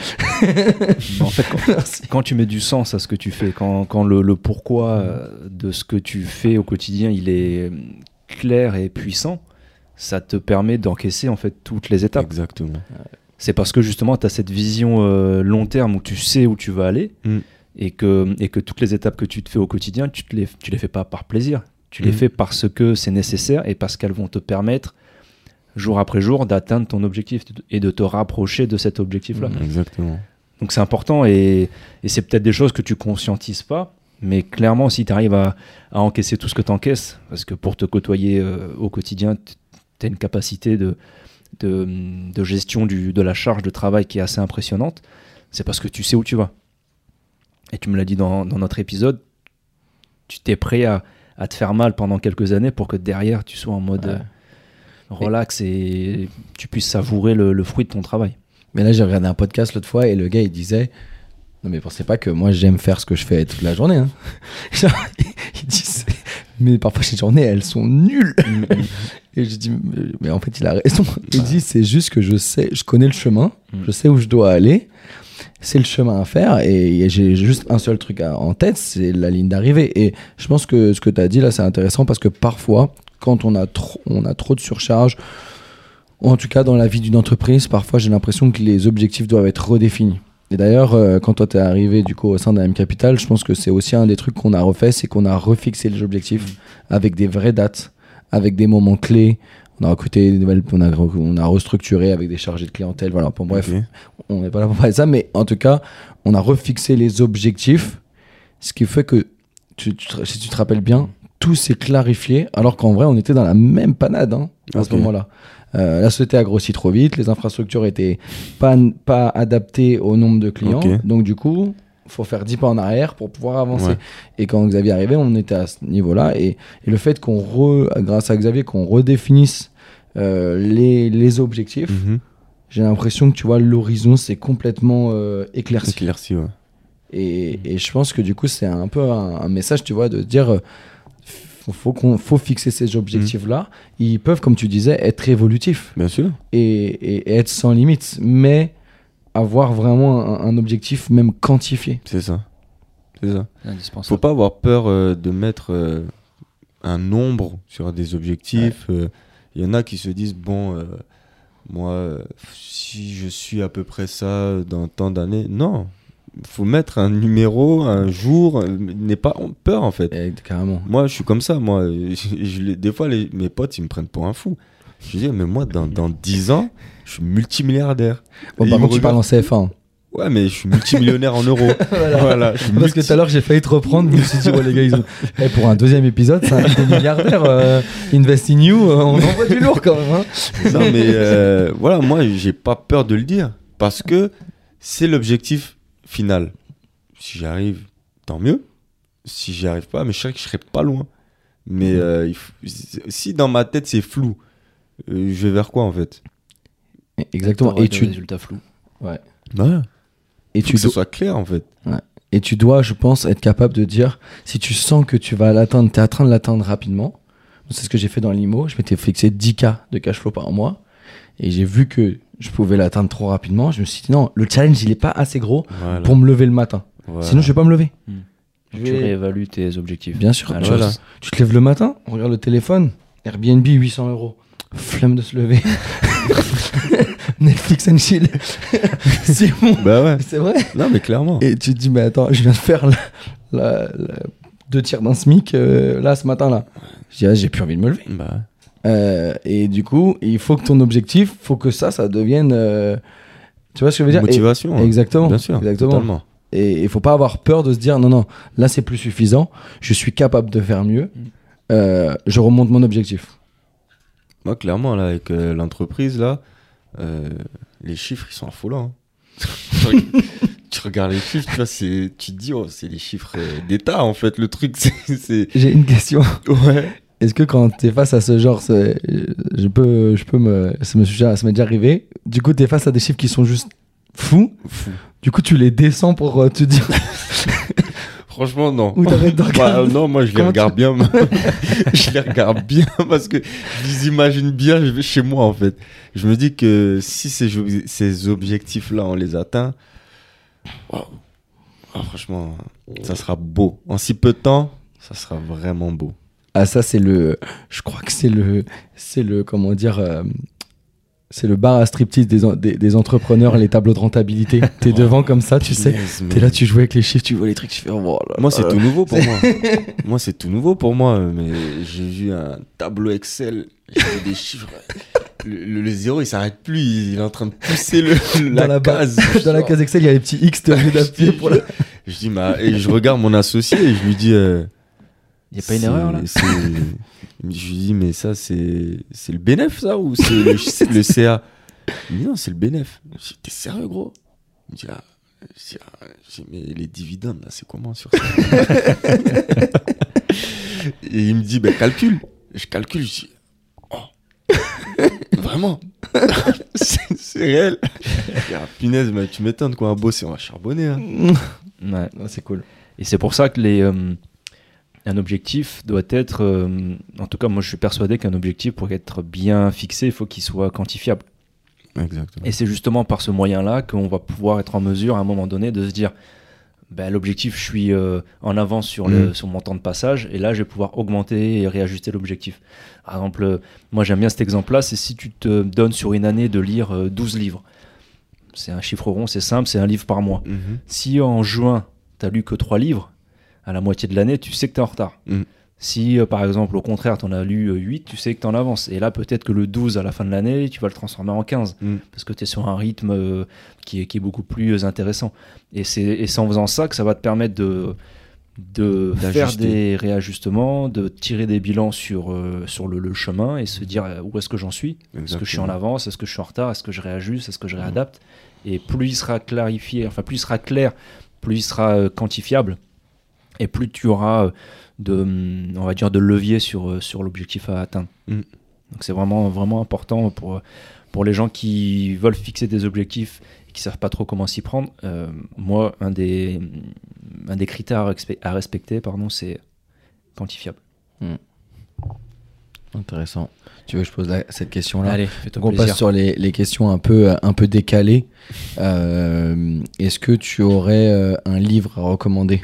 Speaker 2: En fait, quand, quand tu mets du sens à ce que tu fais, quand, quand le, le pourquoi de ce que tu fais au quotidien, il est clair et puissant, ça te permet d'encaisser en fait toutes les étapes.
Speaker 4: Exactement.
Speaker 2: C'est parce que justement tu as cette vision euh, long terme où tu sais où tu vas aller mm. et, que, et que toutes les étapes que tu te fais au quotidien, tu ne les, tu les fais pas par plaisir. Tu mm. les fais parce que c'est nécessaire et parce qu'elles vont te permettre jour après jour d'atteindre ton objectif et de te rapprocher de cet objectif-là.
Speaker 4: Mm. Exactement.
Speaker 2: Donc c'est important et, et c'est peut-être des choses que tu conscientises pas, mais clairement si tu arrives à, à encaisser tout ce que tu encaisses, parce que pour te côtoyer euh, au quotidien, t- tu as une capacité de, de, de gestion du, de la charge de travail qui est assez impressionnante, c'est parce que tu sais où tu vas. Et tu me l'as dit dans, dans notre épisode, tu t'es prêt à, à te faire mal pendant quelques années pour que derrière tu sois en mode ouais. euh, relax et... et tu puisses savourer le, le fruit de ton travail.
Speaker 3: Mais là j'ai regardé un podcast l'autre fois et le gars il disait non mais pensez pas que moi j'aime faire ce que je fais toute la journée hein. Genre, il disait mais parfois ces journées elles sont nulles. Et je dis mais en fait il a raison. Il dit c'est juste que je sais, je connais le chemin, je sais où je dois aller, c'est le chemin à faire et j'ai juste un seul truc en tête, c'est la ligne d'arrivée. Et je pense que ce que tu as dit là c'est intéressant parce que parfois quand on a trop, on a trop de surcharge, ou en tout cas dans la vie d'une entreprise, parfois j'ai l'impression que les objectifs doivent être redéfinis. Et d'ailleurs, euh, quand toi t'es arrivé du coup au sein d'A M Capital, je pense que c'est aussi un des trucs qu'on a refait, c'est qu'on a refixé les objectifs mmh. avec des vraies dates, avec des moments clés. On a recruté des nouvelles, on a, on a restructuré avec des chargés de clientèle. Voilà. Bon, bref, okay. on n'est pas là pour parler de ça, mais en tout cas, on a refixé les objectifs, ce qui fait que tu, tu te- si tu te rappelles bien, tout s'est clarifié, alors qu'en vrai, on était dans la même panade hein, à ce
Speaker 4: Ok.
Speaker 3: moment-là. Euh, la société a grossi trop vite, les infrastructures étaient pas, pas adaptées au nombre de clients,
Speaker 4: Ok.
Speaker 3: donc du coup, il faut faire dix pas en arrière pour pouvoir avancer.
Speaker 4: Ouais.
Speaker 3: Et quand Xavier est arrivé, on était à ce niveau-là, et, et le fait qu'on, re, grâce à Xavier, qu'on redéfinisse euh, les, les objectifs,
Speaker 4: Mhm.
Speaker 3: j'ai l'impression que tu vois, l'horizon s'est complètement euh, éclairci.
Speaker 4: Éclairci, ouais.
Speaker 3: Et, et je pense que du coup, c'est un peu un, un message, tu vois, de dire euh, faut, faut, qu'on, faut fixer ces objectifs-là. Ils peuvent, comme tu disais, être évolutifs
Speaker 4: Bien sûr.
Speaker 3: et, et- et être sans limite, mais avoir vraiment un, un objectif même quantifié.
Speaker 4: C'est ça. C'est ça.
Speaker 2: C'est
Speaker 4: Faut
Speaker 2: indispensable.
Speaker 4: pas avoir peur euh, de mettre euh, un nombre sur des objectifs. Euh, Il y en a qui se disent bon, euh, moi, euh, si je suis à peu près ça dans tant d'années, non. Faut mettre un numéro, un jour. euh, N'aie pas peur en fait.
Speaker 3: Et, carrément.
Speaker 4: Moi, je suis comme ça. Moi, je, je les- des fois, les- mes potes, ils me prennent pour un fou. Je dis mais moi, dans, dans dix ans, je suis multimilliardaire.
Speaker 3: Bon,
Speaker 4: Et
Speaker 3: par
Speaker 4: ils
Speaker 3: contre,
Speaker 4: me
Speaker 3: tu parles en C F un.
Speaker 4: Ouais, mais je suis multimillionnaire en euros. Voilà. je suis
Speaker 3: Parce que
Speaker 4: multi-
Speaker 3: tout à l'heure, j'ai failli te reprendre. Je me suis dit, ouais, les gars, ils ont... Eh, pour un deuxième épisode, c'est un des milliardaires. Euh, Invest in You, euh, on envoie du lourd quand même. Hein.
Speaker 4: Non, mais euh, voilà, moi, j'ai pas peur de le dire parce que c'est l'objectif final. Si j'y arrive, tant mieux. Si j'y arrive pas, mais je sais que je serai pas loin. Mais
Speaker 3: Mhm.
Speaker 4: euh, il faut- si dans ma tête c'est flou, euh, je vais vers quoi en fait?
Speaker 3: Exactement.
Speaker 2: T'auras
Speaker 3: Et
Speaker 2: des
Speaker 3: tu,
Speaker 2: résultats flous.
Speaker 4: Voilà.
Speaker 3: et,
Speaker 4: Faut
Speaker 3: tu
Speaker 4: que ce
Speaker 3: dois,
Speaker 4: soit clair en fait.
Speaker 3: et tu dois, je pense, être capable de dire si tu sens que tu vas l'atteindre, tu es en train de l'atteindre rapidement. C'est ce que j'ai fait dans l'I M O. Je m'étais fixé dix K de cash flow par mois. Et j'ai vu que je pouvais l'atteindre trop rapidement. Je me suis dit non, le challenge, il est pas assez gros
Speaker 4: Voilà.
Speaker 3: pour me lever le matin.
Speaker 4: Voilà.
Speaker 3: Sinon, je vais pas me lever.
Speaker 2: Hmm.
Speaker 3: Je
Speaker 2: Tu
Speaker 3: vais-
Speaker 2: réévalues tes objectifs.
Speaker 3: Bien sûr.
Speaker 2: À la
Speaker 3: tu,
Speaker 4: Voilà.
Speaker 3: tu te lèves le matin, on regarde le téléphone, Airbnb huit cents euros. Flemme de se lever. Netflix and chill. C'est bon.
Speaker 4: Bah ouais.
Speaker 3: C'est vrai.
Speaker 4: Non, mais clairement.
Speaker 3: Et tu te dis, mais attends, je viens de faire la, la- la- deux tiers d'un SMIC euh, là ce matin là. Je dis, ah, j'ai plus envie de me lever.
Speaker 4: Bah ouais.
Speaker 3: Euh, et du coup, il faut que ton objectif, faut que ça, ça devienne. euh, tu vois ce que je veux dire?
Speaker 4: Motivation.
Speaker 3: Et-
Speaker 4: hein.
Speaker 3: Exactement.
Speaker 4: Bien sûr.
Speaker 3: Exactement.
Speaker 4: Totalement.
Speaker 3: Et il faut pas avoir peur de se dire non, non, là c'est plus suffisant, je suis capable de faire mieux, euh, je remonte mon objectif.
Speaker 4: Moi, clairement, là, avec euh, l'entreprise, là, euh, les chiffres, ils sont affolants. hein. Tu regardes les chiffres, tu vois, c'est, tu te dis, oh, c'est les chiffres euh, d'État, en fait, le truc, c'est... c'est...
Speaker 3: J'ai une question.
Speaker 4: Ouais.
Speaker 3: Est-ce que quand tu es face à ce genre, c'est- je peux, je peux me, ça me suis déjà- ça m'est déjà arrivé, du coup tu es face à des chiffres qui sont juste fous,
Speaker 4: Fou.
Speaker 3: du coup tu les descends pour euh, te dire
Speaker 4: Franchement, non.
Speaker 3: où t'arrêtes de
Speaker 4: Bah,
Speaker 3: regarder.
Speaker 4: non, moi, je les
Speaker 3: Comment
Speaker 4: regarde bien. Je les regarde bien parce que je les imagine bien je vais chez moi, en fait. Je me dis que si ces, jo- ces objectifs-là, on les atteint, waouh. Ah, franchement, ça sera beau. En si peu de temps, ça sera vraiment beau.
Speaker 3: Ah ça c'est le, je crois que c'est le, c'est le, comment dire, euh, c'est le bar à striptease des, en- des, des entrepreneurs, les tableaux de rentabilité. T'es devant comme ça, tu sais.
Speaker 4: Punaise,
Speaker 3: T'es
Speaker 4: mais-
Speaker 3: là, tu joues avec les chiffres, tu vois les trucs, tu fais. Oh là
Speaker 4: Moi, c'est
Speaker 3: là.
Speaker 4: tout nouveau pour moi. Moi, c'est tout nouveau pour moi. Mais j'ai vu un tableau Excel, j'ai vu des chiffres. Le, le- le zéro, il s'arrête plus. Il est en train de pousser le, le-
Speaker 3: Dans
Speaker 4: la,
Speaker 3: la ba-
Speaker 4: case.
Speaker 3: Dans la case Excel, il y a les petits X, t'es obligé d'appuyer pour la.
Speaker 4: Je dis, ma... et je regarde mon associé et je lui dis. euh,
Speaker 2: Il n'y a pas une
Speaker 4: c'est-
Speaker 2: erreur là
Speaker 4: c'est- Je lui dis, mais ça, c'est c'est le bénéf, ça, ou c'est le, c'est le C A? Il me dit, non, c'est le bénéf. Je dis, t'es sérieux, gros? Il me dit, ah. Je dis, ah, je dis, mais les dividendes, là, c'est comment sur ça? Et il me dit, ben, calcule. Je calcule, je dis, oh, vraiment? c'est c'est réel? Je dis, ah, punaise, mais tu m'étonnes, quoi, un bosser, on va charbonner, hein.
Speaker 2: Ouais.
Speaker 3: Ah, c'est cool.
Speaker 2: Et c'est pour ça que les, euh, un objectif doit être, euh, en tout cas moi je suis persuadé qu'un objectif pour être bien fixé, il faut qu'il soit quantifiable.
Speaker 4: Exactement.
Speaker 2: Et c'est justement par ce moyen-là qu'on va pouvoir être en mesure à un moment donné de se dire, ben, l'objectif, je suis euh, en avance sur, le,
Speaker 4: Mm.
Speaker 2: sur mon temps de passage, et là je vais pouvoir augmenter et réajuster l'objectif. Par exemple, euh, moi j'aime bien cet exemple-là, c'est si tu te donnes sur une année de lire euh, douze livres. C'est un chiffre rond, c'est simple, c'est un livre par mois.
Speaker 4: Mhm.
Speaker 2: Si en juin, tu n'as lu que trois livres, à la moitié de l'année, tu sais que tu es en retard.
Speaker 4: Mm.
Speaker 2: Si, euh, par exemple, au contraire, tu en as lu euh, huit, tu sais que tu en avances. Et là, peut-être que le douze, à la fin de l'année, tu vas le transformer en quinze.
Speaker 4: Mm.
Speaker 2: Parce que tu es sur un rythme euh, qui, est, qui est beaucoup plus euh, intéressant. Et c'est et c'est en faisant ça que ça va te permettre de, de faire
Speaker 4: D'ajuster.
Speaker 2: des réajustements, de tirer des bilans sur, euh, sur le, le chemin et se dire euh, où est-ce que j'en suis. Est-ce que je suis en
Speaker 4: Exactement.
Speaker 2: avance? Est-ce que je suis en retard? Est-ce que je réajuste? Est-ce que je réadapte? Et plus il sera clarifié, enfin plus il sera clair, plus il sera euh, quantifiable et plus tu auras euh, de, hum, on va dire, de levier sur, euh, sur l'objectif à atteindre.
Speaker 4: Mm.
Speaker 2: Donc c'est vraiment, vraiment important pour, pour les gens qui veulent fixer des objectifs et qui ne savent pas trop comment s'y prendre. Euh, moi, un des, un des critères à, respect- à respecter, pardon, c'est quantifiable.
Speaker 3: Intéressant. Tu veux que je pose la- cette question-là?
Speaker 2: Allez, fais-toi
Speaker 3: Donc on
Speaker 2: plaisir.
Speaker 3: passe sur les, les questions un peu, un peu décalées. Euh, est-ce que tu aurais euh, un livre à recommander?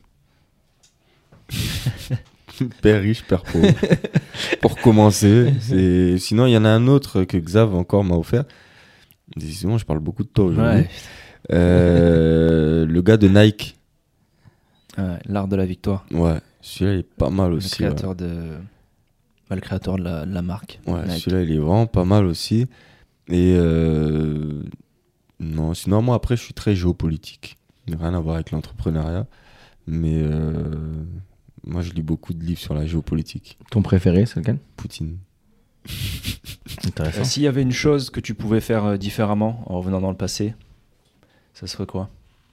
Speaker 4: Père riche, père pauvre. Pour commencer. C'est... Sinon, il y en a un autre que Xav encore m'a offert. Sinon, je parle beaucoup de toi aujourd'hui.
Speaker 2: Ouais.
Speaker 4: Euh, le gars de Nike.
Speaker 2: Ouais, l'art de la victoire.
Speaker 4: Ouais, celui-là, il est pas mal
Speaker 2: Le
Speaker 4: aussi.
Speaker 2: créateur,
Speaker 4: ouais.
Speaker 2: de... bah, le créateur de la, de la marque.
Speaker 4: Ouais,
Speaker 2: Nike.
Speaker 4: celui-là, il est vraiment pas mal aussi. Et euh... non, sinon, moi, après, je suis très géopolitique. Rien à voir avec l'entrepreneuriat. Mais euh... moi, je lis beaucoup de livres sur la géopolitique.
Speaker 3: Ton préféré, c'est lequel?
Speaker 4: Poutine.
Speaker 3: Intéressant.
Speaker 2: Euh, S'il y avait une chose que tu pouvais faire euh, différemment en revenant dans le passé, ça serait quoi?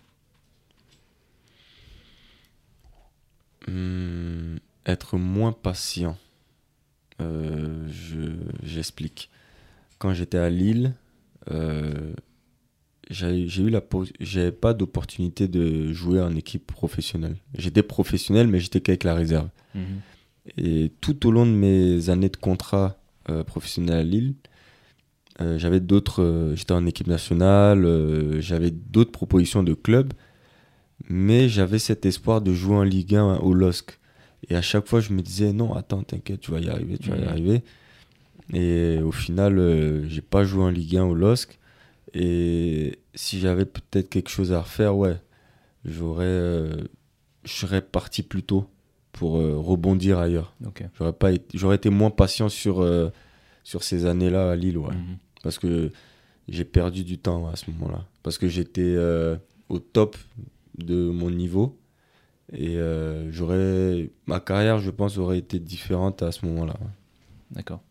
Speaker 4: Hum, être moins patient. Euh, je, j'explique. Quand j'étais à Lille, euh, j'ai, j'ai eu la pos- j'avais pas d'opportunité de jouer en équipe professionnelle. J'étais professionnel, mais j'étais qu'avec la réserve. Et tout au long de mes années de contrat euh, professionnel à Lille, euh, j'avais d'autres. euh, j'étais en équipe nationale, euh, j'avais d'autres propositions de clubs, mais j'avais cet espoir de jouer en Ligue un au L O S C. Et à chaque fois, je me disais non, attends, t'inquiète, tu vas y arriver, tu vas y
Speaker 2: Mhm.
Speaker 4: arriver. Et au final, euh, j'ai pas joué en Ligue un au L O S C. Et si j'avais peut-être quelque chose à refaire, ouais, j'aurais, euh, je serais parti plus tôt pour euh, rebondir ailleurs.
Speaker 2: Ok.
Speaker 4: J'aurais pas été, j'aurais été moins patient sur, euh, sur ces années-là à Lille, ouais.
Speaker 2: Mhm.
Speaker 4: Parce que j'ai perdu du temps à ce moment-là. Parce que j'étais euh, au top de mon niveau. Et euh, j'aurais, ma carrière, je pense, aurait été différente à ce moment-là.
Speaker 2: D'accord.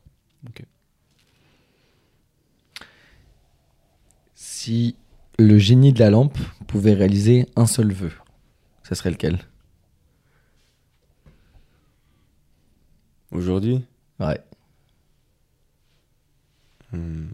Speaker 3: Si le génie de la lampe pouvait réaliser un seul vœu, ça serait lequel?
Speaker 4: Aujourd'hui,
Speaker 3: Ouais.
Speaker 4: hmm,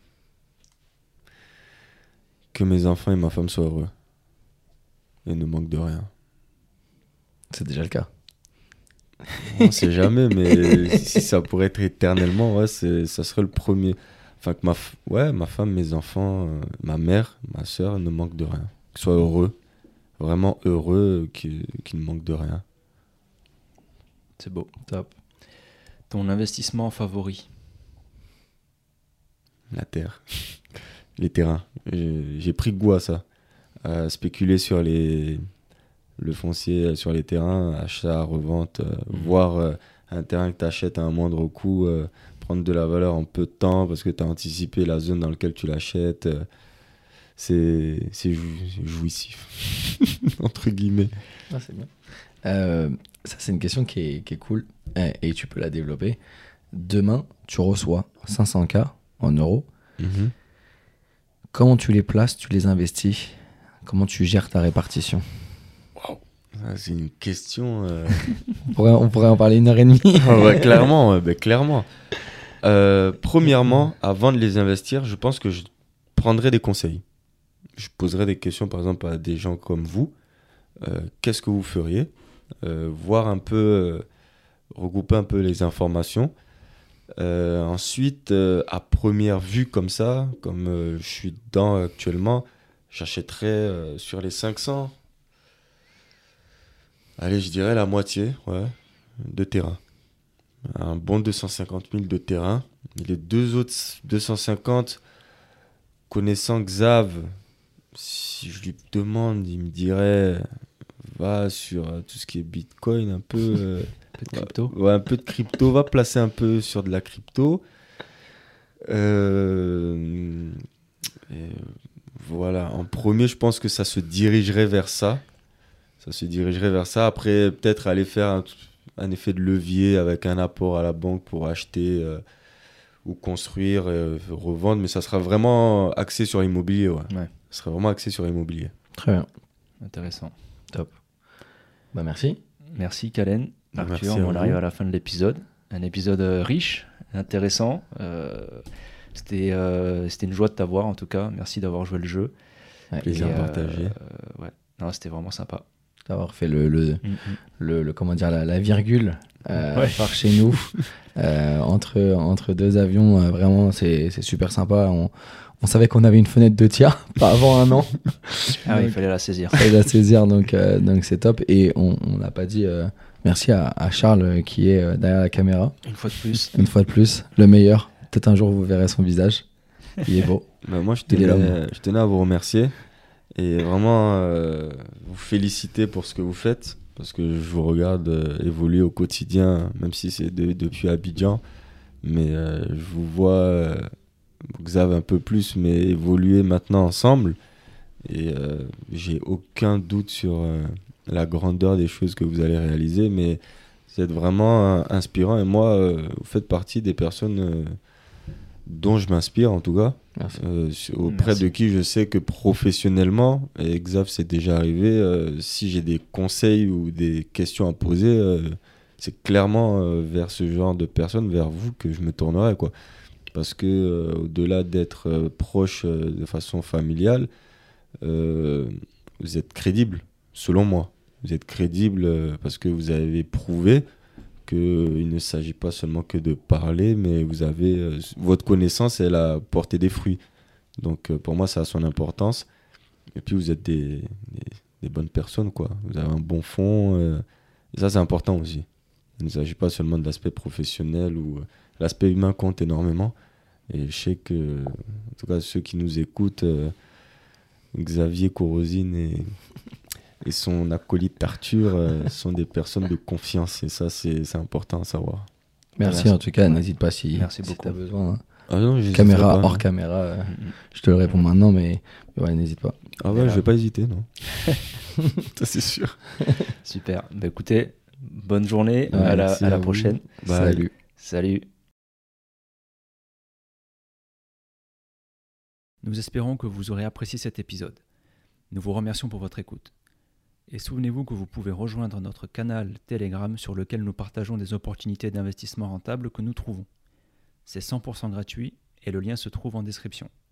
Speaker 4: que mes enfants et ma femme soient heureux. Et ne manquent de rien.
Speaker 3: C'est déjà le cas.
Speaker 4: On sait jamais, mais si ça pourrait être éternellement, ouais, c'est, ça serait le premier. Enfin, que ma, f- ouais, ma femme, mes enfants, euh, ma mère, ma soeur ne manquent de rien. Qu'ils soient heureux. Vraiment heureux, qu'ils, qu'ils ne manquent de rien.
Speaker 2: C'est beau.
Speaker 3: Top.
Speaker 2: Ton investissement favori?
Speaker 4: La terre. Les terrains. J'ai, j'ai pris goût à ça. À spéculer sur les, le foncier, sur les terrains, achat, revente, euh,
Speaker 2: Mhm.
Speaker 4: voir euh, un terrain que tu achètes à un moindre coût, euh, prendre de la valeur en peu de temps parce que tu as anticipé la zone dans laquelle tu l'achètes. euh, c'est, c'est jou- jouissif, entre guillemets.
Speaker 3: Ah, c'est bien. Euh, ça, c'est une question qui est, qui est cool et, et tu peux la développer. Demain, tu reçois cinq cents K en euros. Comment tu les places, tu les investis? Comment tu gères ta répartition?
Speaker 4: Ah, c'est une question... euh,
Speaker 3: On pourrait, on pourrait en parler une heure et demie.
Speaker 4: Ah ouais, clairement, ouais, ben, clairement. Euh, premièrement, avant de les investir, je pense que je prendrais des conseils. Je poserais des questions, par exemple, à des gens comme vous. Euh, qu'est-ce que vous feriez? Euh, voir un peu, euh, regrouper un peu les informations. Euh, ensuite, euh, à première vue comme ça, comme euh, je suis dedans actuellement, j'achèterais euh, sur les cinq cents. Allez, je dirais la moitié, ouais, de terrain. Un bon deux cent cinquante mille de terrain. Et les deux autres deux cent cinquante, connaissant Xav, si je lui demande, il me dirait va sur euh, tout ce qui est Bitcoin, un peu. euh,
Speaker 2: Un peu de crypto?
Speaker 4: Ouais, un peu de crypto. Va placer un peu sur de la crypto. Euh, et voilà. En premier, je pense que ça se dirigerait vers ça. ça se dirigerait vers ça. Après, peut-être aller faire un, un effet de levier avec un apport à la banque pour acheter euh, ou construire, et revendre, mais ça sera vraiment axé sur l'immobilier. Ouais.
Speaker 2: Ouais.
Speaker 4: Ça sera vraiment axé sur l'immobilier.
Speaker 3: Très bien.
Speaker 2: Intéressant.
Speaker 3: Top. Bah, merci.
Speaker 2: Merci Kalen.
Speaker 4: Merci
Speaker 2: Arthur,
Speaker 4: à
Speaker 2: on
Speaker 4: vous.
Speaker 2: arrive à la fin de l'épisode. Un épisode euh, riche, intéressant. Euh, c'était, euh, c'était une joie de t'avoir en tout cas. Merci d'avoir joué le jeu.
Speaker 3: Ouais,
Speaker 4: Plaisir
Speaker 2: Et,
Speaker 4: partagé.
Speaker 2: euh, ouais. Non, c'était vraiment sympa.
Speaker 3: d'avoir fait le, le,
Speaker 2: Mm-hmm.
Speaker 3: le, le- comment dire, la, la virgule euh,
Speaker 2: Ouais.
Speaker 3: par chez nous euh, entre, entre deux avions. Euh, vraiment, c'est c'est super sympa. On, on savait qu'on avait une fenêtre de tir, pas avant un an.
Speaker 2: Ah oui, il
Speaker 3: Donc,
Speaker 2: fallait la saisir.
Speaker 3: fallait la saisir, donc euh, donc c'est top. Et on on n'a pas dit euh, merci à, à Charles euh, qui est euh, derrière la caméra.
Speaker 2: Une fois de plus.
Speaker 3: Une fois de plus, le meilleur. Peut-être un jour vous verrez son visage. Il est beau.
Speaker 4: Bah, moi, je
Speaker 3: Il est
Speaker 4: tenais, je tenais à vous remercier et vraiment euh, vous féliciter pour ce que vous faites, parce que je vous regarde euh, évoluer au quotidien, même si c'est de- depuis Abidjan, mais euh, je vous vois, euh, Xav un peu plus, mais évoluer maintenant ensemble, et euh, j'ai aucun doute sur euh, la grandeur des choses que vous allez réaliser, mais vous êtes vraiment euh, inspirant, et moi, euh, vous faites partie des personnes euh, dont je m'inspire en tout cas.
Speaker 3: Merci.
Speaker 4: Euh, sur- auprès
Speaker 2: Merci.
Speaker 4: de qui je sais que professionnellement, et Xav c'est déjà arrivé, euh, si j'ai des conseils ou des questions à poser, euh, c'est clairement euh, vers ce genre de personnes, vers vous, que je me tournerai, quoi. Parce que euh, au-delà d'être euh, proche euh, de façon familiale, euh, vous êtes crédible, selon moi. Vous êtes crédible euh, parce que vous avez prouvé qu'il ne s'agit pas seulement que de parler, mais vous avez euh, votre connaissance, elle a porté des fruits. Donc euh, pour moi, ça a son importance. Et puis vous êtes des, des, des bonnes personnes, quoi. Vous avez un bon fond. euh, et ça, c'est important aussi. Il ne s'agit pas seulement de l'aspect professionnel ou euh, l'aspect humain compte énormément. Et je sais que, en tout cas, ceux qui nous écoutent, euh, Xavier Corosine et, et son acolyte Arthur euh, sont des personnes de confiance. Et ça, c'est c'est important à savoir.
Speaker 3: Merci,
Speaker 2: Merci.
Speaker 3: en tout cas.
Speaker 2: Ouais.
Speaker 3: N'hésite pas si,
Speaker 2: Merci
Speaker 3: si
Speaker 2: beaucoup.
Speaker 3: tu as besoin. hein.
Speaker 4: Ah non, j'hésiterai
Speaker 3: Caméra,
Speaker 4: pas,
Speaker 3: hors
Speaker 4: non.
Speaker 3: caméra. euh,
Speaker 2: Mm-hmm.
Speaker 3: je te le réponds maintenant, mais, mais ouais, n'hésite pas.
Speaker 4: Ah ouais, je vais pas hésiter, non. Ça, c'est sûr.
Speaker 2: Super. Bah, écoutez, bonne journée.
Speaker 3: Ouais,
Speaker 2: à la,
Speaker 3: merci
Speaker 2: à la
Speaker 3: à vous.
Speaker 2: prochaine.
Speaker 4: Bye.
Speaker 3: Salut.
Speaker 2: Salut. Nous espérons que vous aurez apprécié cet épisode. Nous vous remercions pour votre écoute. Et souvenez-vous que vous pouvez rejoindre notre canal Telegram sur lequel nous partageons des opportunités d'investissement rentables que nous trouvons. C'est cent pour cent gratuit et le lien se trouve en description.